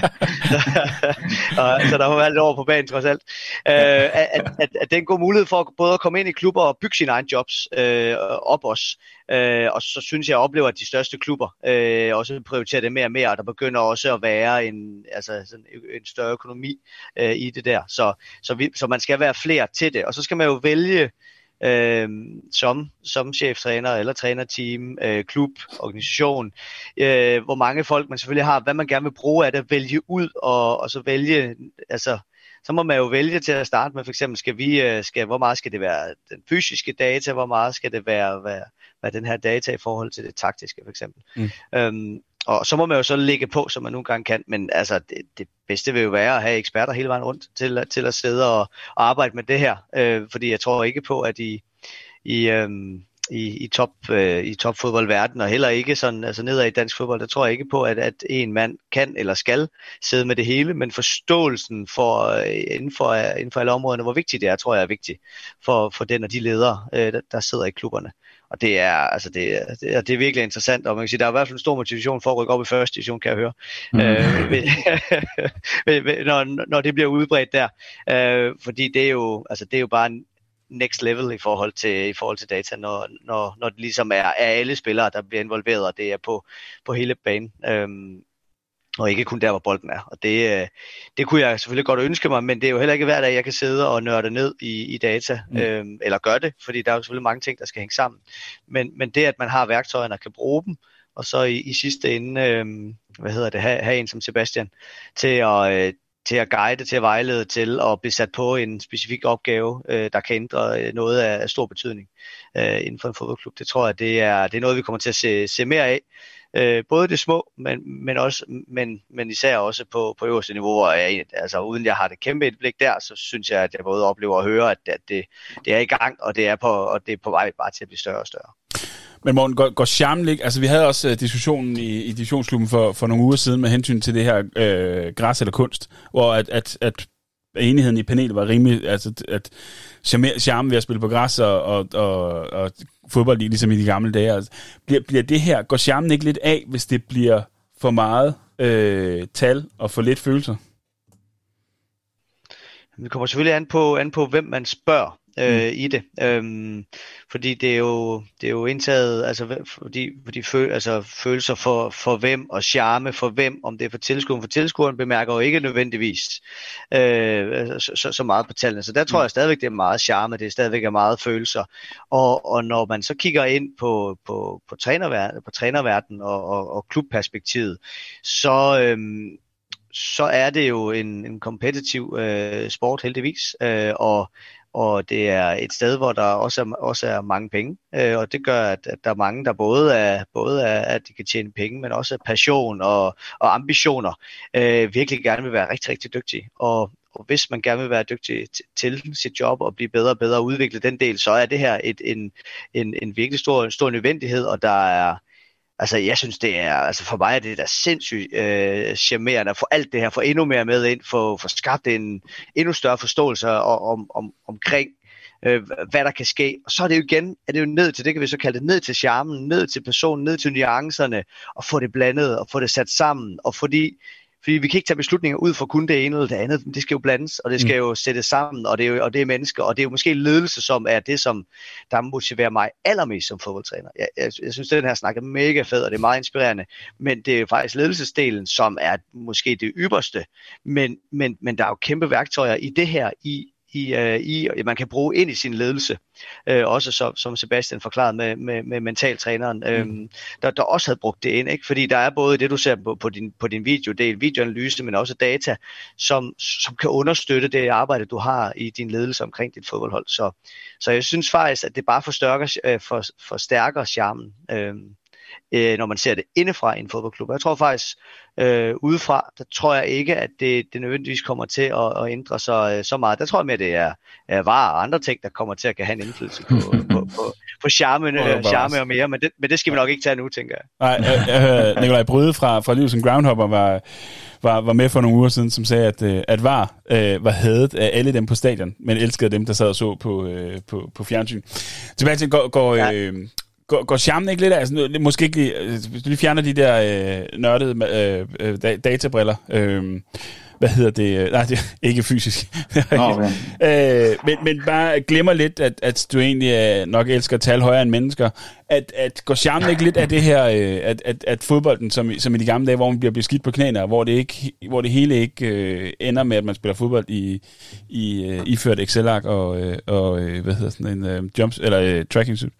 [SPEAKER 3] og, så der må være lidt over på banen, trods alt. Øh, at, at, at det er en god mulighed for både at komme ind i klubber og bygge sine egne jobs øh, op os. Øh, og så synes jeg, jeg oplever, at de største klubber øh, også prioriterer det mere og mere, og der begynder også at være en, altså, sådan en større økonomi øh, i det der. Så, så, vi, så man skal være flere til det. Og så skal man jo vælge Øh, som, som cheftræner eller trænerteam, øh, klub, organisation, øh, hvor mange folk man selvfølgelig har, hvad man gerne vil bruge af det, vælge ud og, og så vælge, altså så må man jo vælge til at starte med, for eksempel skal vi, skal, hvor meget skal det være den fysiske data, hvor meget skal det være, være, være den her data i forhold til det taktiske for eksempel. Mm. Øhm, og så må man jo så lægge på, som man nogle gange kan, men altså det, det bedste vil jo være at have eksperter hele vejen rundt til, til at sidde og, og arbejde med det her, øh, fordi jeg tror ikke på, at i, i, øh, i, i, top, øh, i topfodboldverdenen, og heller ikke sådan, altså nedad i dansk fodbold, der tror jeg ikke på, at, at en mand kan eller skal sidde med det hele, men forståelsen for, øh, inden, for, øh, inden for alle områderne, hvor vigtigt det er, tror jeg er vigtigt for, for den og de ledere, øh, der, der sidder i klubberne. Og det er, altså det, det, er, det er virkelig interessant, og man kan sige, der er i hvert fald en stor motivation for at rykke op i første division, kan jeg høre, mm. øh, når, når det bliver udbredt der. Øh, fordi det er jo, altså det er jo bare en next level i forhold til, i forhold til data, når, når, når det ligesom er, er alle spillere, der bliver involveret, og det er på, på hele banen. Øhm, og ikke kun der, hvor bolden er. Og det, det kunne jeg selvfølgelig godt ønske mig, men det er jo heller ikke hver dag, jeg kan sidde og nørde ned i, i data, mm. øhm, eller gøre det, fordi der er jo selvfølgelig mange ting, der skal hænge sammen. Men, men det, at man har værktøjerne og kan bruge dem, og så i, i sidste ende, øhm, hvad hedder det, have, have en som Sebastian, til at, øh, til at guide, til at vejlede, til at blive sat på en specifik opgave, øh, der kan ændre noget af, af stor betydning øh, inden for en fodboldklub. Det tror jeg, det er, det er noget, vi kommer til at se, se mere af. Øh, både det små, men, men, også, men, men især også på, på øverste niveau, hvor jeg, altså uden jeg har det kæmpe indblik der, så synes jeg, at jeg både oplever og hører, at, at det, det er i gang, og det er, på, og det er på vej bare til at blive større og større.
[SPEAKER 1] Men Morten, går, går charmen ikke? Altså, vi havde også uh, diskussionen i, i divisionsklubben for, for nogle uger siden med hensyn til det her øh, græs eller kunst, hvor at, at, at enigheden i panelet var rimelig, altså at charmen ved at spille på græs og, og, og, og fodbold ligesom i de gamle dage. Altså, bliver, bliver det her, går charmen ikke lidt af, hvis det bliver for meget øh, tal og for lidt følelser?
[SPEAKER 3] Det kommer selvfølgelig an på, an på hvem man spørger øh, mm. i det. Øhm, fordi det er jo, det er jo indtaget, altså, fordi, fordi føl, altså, følelser for, for hvem og charme for hvem, om det er for tilskueren. For tilskueren bemærker jo ikke nødvendigvis øh, så, så, så meget på tallene. Så der tror jeg stadigvæk, det er meget charme, det er stadigvæk er meget følelser. Og, og når man så kigger ind på, på, på, trænerverden, på trænerverden og, og, og klubperspektivet, så... Øhm, så er det jo en, en kompetitiv øh, sport heldigvis, øh, og, og det er et sted, hvor der også er, også er mange penge, øh, og det gør, at, at der er mange, der både er, både er, at de kan tjene penge, men også passion og, og ambitioner, øh, virkelig gerne vil være rigtig, rigtig dygtige. Og, og hvis man gerne vil være dygtig t- til sit job og blive bedre og bedre og udvikle den del, så er det her et, en, en, en virkelig stor, stor nødvendighed, og der er Altså, jeg synes, det er, altså for mig er det da sindssygt øh, charmerende at få alt det her, få endnu mere med ind, få, få skabt en endnu større forståelse om, om, omkring, øh, hvad der kan ske. Og så er det jo igen, er det jo ned til, det kan vi så kalde det, ned til charmen, ned til personen, ned til nuancerne, og få det blandet, og få det sat sammen, og fordi, fordi vi kan ikke tage beslutninger ud fra kun det ene eller det andet, det skal jo blandes, og det skal jo sættes sammen, og det er jo og det er mennesker, og det er jo måske ledelse, som er det, som der motiverer mig allermest som fodboldtræner. Jeg, jeg, jeg synes, at den her snak er mega fed, og det er meget inspirerende, men det er jo faktisk ledelsesdelen, som er måske det ypperste, men, men, men der er jo kæmpe værktøjer i det her, i I, uh, i, man kan bruge ind i sin ledelse, uh, også som, som Sebastian forklarede med, med, med mentaltræneren, mm. um, der, der også havde brugt det ind, ikke? Fordi der er både det, du ser på, på din, på din videodel, videoanalyse, men også data, som, som kan understøtte det arbejde, du har i din ledelse omkring dit fodboldhold. Så, så jeg synes faktisk, at det bare forstærker, uh, for, forstærker charmen, uh, øh, når man ser det indefra i en fodboldklub. Jeg tror faktisk, øh, udefra, der tror jeg ikke, at det, det nødvendigvis kommer til at, at ændre sig så meget. Der tror jeg mere, det er, er varer og andre ting, der kommer til at have en indflydelse på, på, på, på charme, øh, charme og mere, men det, men det skal vi nok ikke tage nu, tænker jeg.
[SPEAKER 1] Nej, jeg, jeg hører Nikolaj Bryde fra, fra Livet som Groundhopper var, var, var med for nogle uger siden, som sagde, at, at var, øh, var hadet af alle dem på stadion, men elskede dem, der sad og så på, øh, på, på fjernsyn. Tilbage til, går, går,
[SPEAKER 3] ja.
[SPEAKER 1] øh, går, går charmen ikke lidt af? Altså, måske ikke, hvis du lige fjerner de der øh, nørdede øh, databriller, øh, hvad hedder det? Nej, det er ikke fysisk. Okay. øh, men, men bare glemmer lidt, at, at du egentlig øh, nok elsker tal højere end mennesker. At, at går charmen ikke lidt af det her, øh, at, at, at fodbolden, som, som i de gamle dage, hvor man bliver beskidt på knæene, hvor det, ikke, hvor det hele ikke øh, ender med, at man spiller fodbold i, i øh, iført Excel-ark og, øh, og øh, hvad hedder sådan en øh, jumps, eller øh, tracking suit?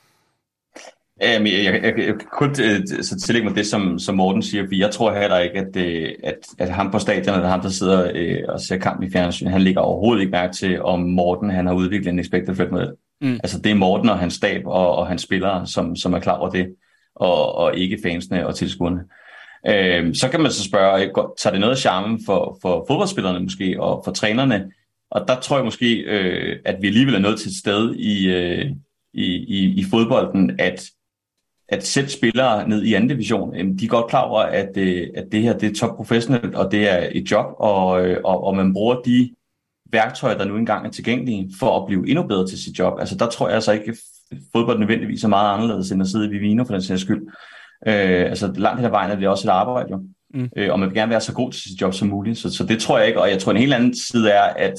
[SPEAKER 2] Jeg, jeg, jeg, jeg kan kun så tillægge mig det, som, som Morten siger, for jeg tror heller ikke, at, at, at ham på stadion, eller ham, der sidder øh, og ser kampen i fjernsyn, han ligger overhovedet ikke mærke til, om Morten han har udviklet en expected threat model. Mm. Altså det er Morten og hans stab og, og hans spillere, som, som er klar over det, og, og ikke fansene og tilskuerne. Øh, så kan man så spørge, tager det noget af charmen for, for fodboldspillerne måske, og for trænerne? Og der tror jeg måske, øh, at vi alligevel er nået til et sted i, øh, i, i, i fodbolden, at at selv spillere ned i anden division, de er godt klar over, at, at det her det er top professionelt, og det er et job, og, og, og man bruger de værktøjer, der nu engang er tilgængelige, for at blive endnu bedre til sit job. Altså der tror jeg altså ikke, at fodbold nødvendigvis er meget anderledes, end at sidde i Vivino for den sags skyld. Øh, altså langt hen ad vejen er det også et arbejde, jo. Mm. Øh, og man vil gerne være så god til sit job som muligt. Så, så det tror jeg ikke, og jeg tror en helt anden side er, at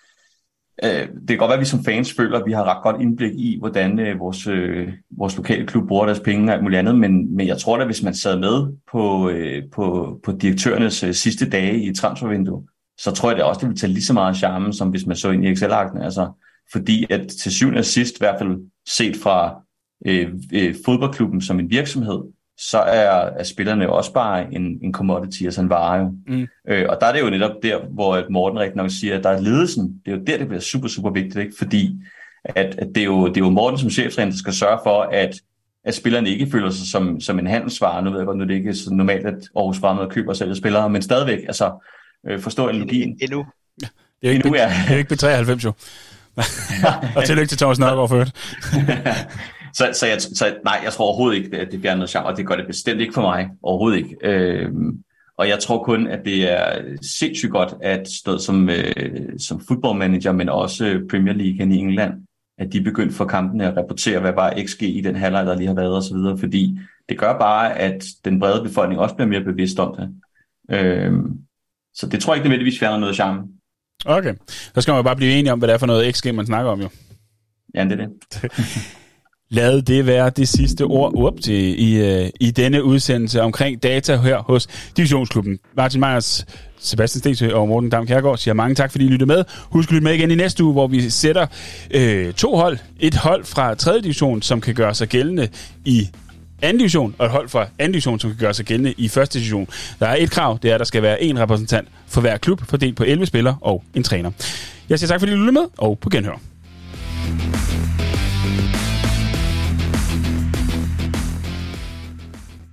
[SPEAKER 2] det kan godt være, at vi som fans føler, at vi har ret godt indblik i, hvordan øh, vores, øh, vores lokale klub bruger deres penge og alt muligt andet, men, men jeg tror da, hvis man sad med på, øh, på, på direktørernes øh, sidste dage i transfervindue, så tror jeg da også, det vil tage lige så meget charme, som hvis man så ind i Excel-arkene. Altså, fordi at til syvende og sidst, i hvert fald set fra øh, øh, fodboldklubben som en virksomhed, så er, er spillerne jo også bare en, en commodity, altså en vare jo. Mm. Øh, og der er det jo netop der, hvor Morten rigtig nok siger, at der er ledelsen. Det er jo der, det bliver super, super vigtigt, ikke? Fordi at, at det, er jo, det er jo Morten som cheftræner, der skal sørge for, at, at spillerne ikke føler sig som, som en handelsvare. Nu ved jeg godt, nu er det ikke så normalt, at Aarhus Fremad køber og sælger spillere, men stadigvæk, altså øh, forstå analogien.
[SPEAKER 3] Endnu.
[SPEAKER 1] Ja, det er jo ikke, endnu, ja. Det er jo ikke B treoghalvfems jo. Og tillykke til Thomas Nørgaard for det.
[SPEAKER 2] så, så, jeg, så nej, jeg tror overhovedet ikke, at det bliver noget charme, og det gør det bestemt ikke for mig. Overhovedet ikke. Øh, og jeg tror kun, at det er sindssygt godt, at stå som, øh, som footballmanager, men også Premier League i England, at de begyndte for kampene at rapportere, hvad var X G i den halvleg, der lige har været osv., fordi det gør bare, at den brede befolkning også bliver mere bevidst om det. Øh, så det tror jeg ikke nødvendigvis fjerner noget charme.
[SPEAKER 1] Okay, så skal man jo bare blive enige om, hvad det er for noget X G, man snakker om jo.
[SPEAKER 2] Ja, det er det.
[SPEAKER 1] Lad det være det sidste ord op til i, uh, i denne udsendelse omkring data her hos Divisionsklubben. Martin Meyers, Sebastian Stensø og Morten Dam Kjærgaard siger mange tak, fordi I lyttede med. Husk at lytte med igen i næste uge, hvor vi sætter øh, to hold. Et hold fra tredje division, som kan gøre sig gældende i anden division, og et hold fra anden division, som kan gøre sig gældende i første division. Der er et krav, det er, at der skal være en repræsentant for hver klub, fordelt på elleve spillere og en træner. Jeg siger tak, fordi I lyttede med, og på genhør.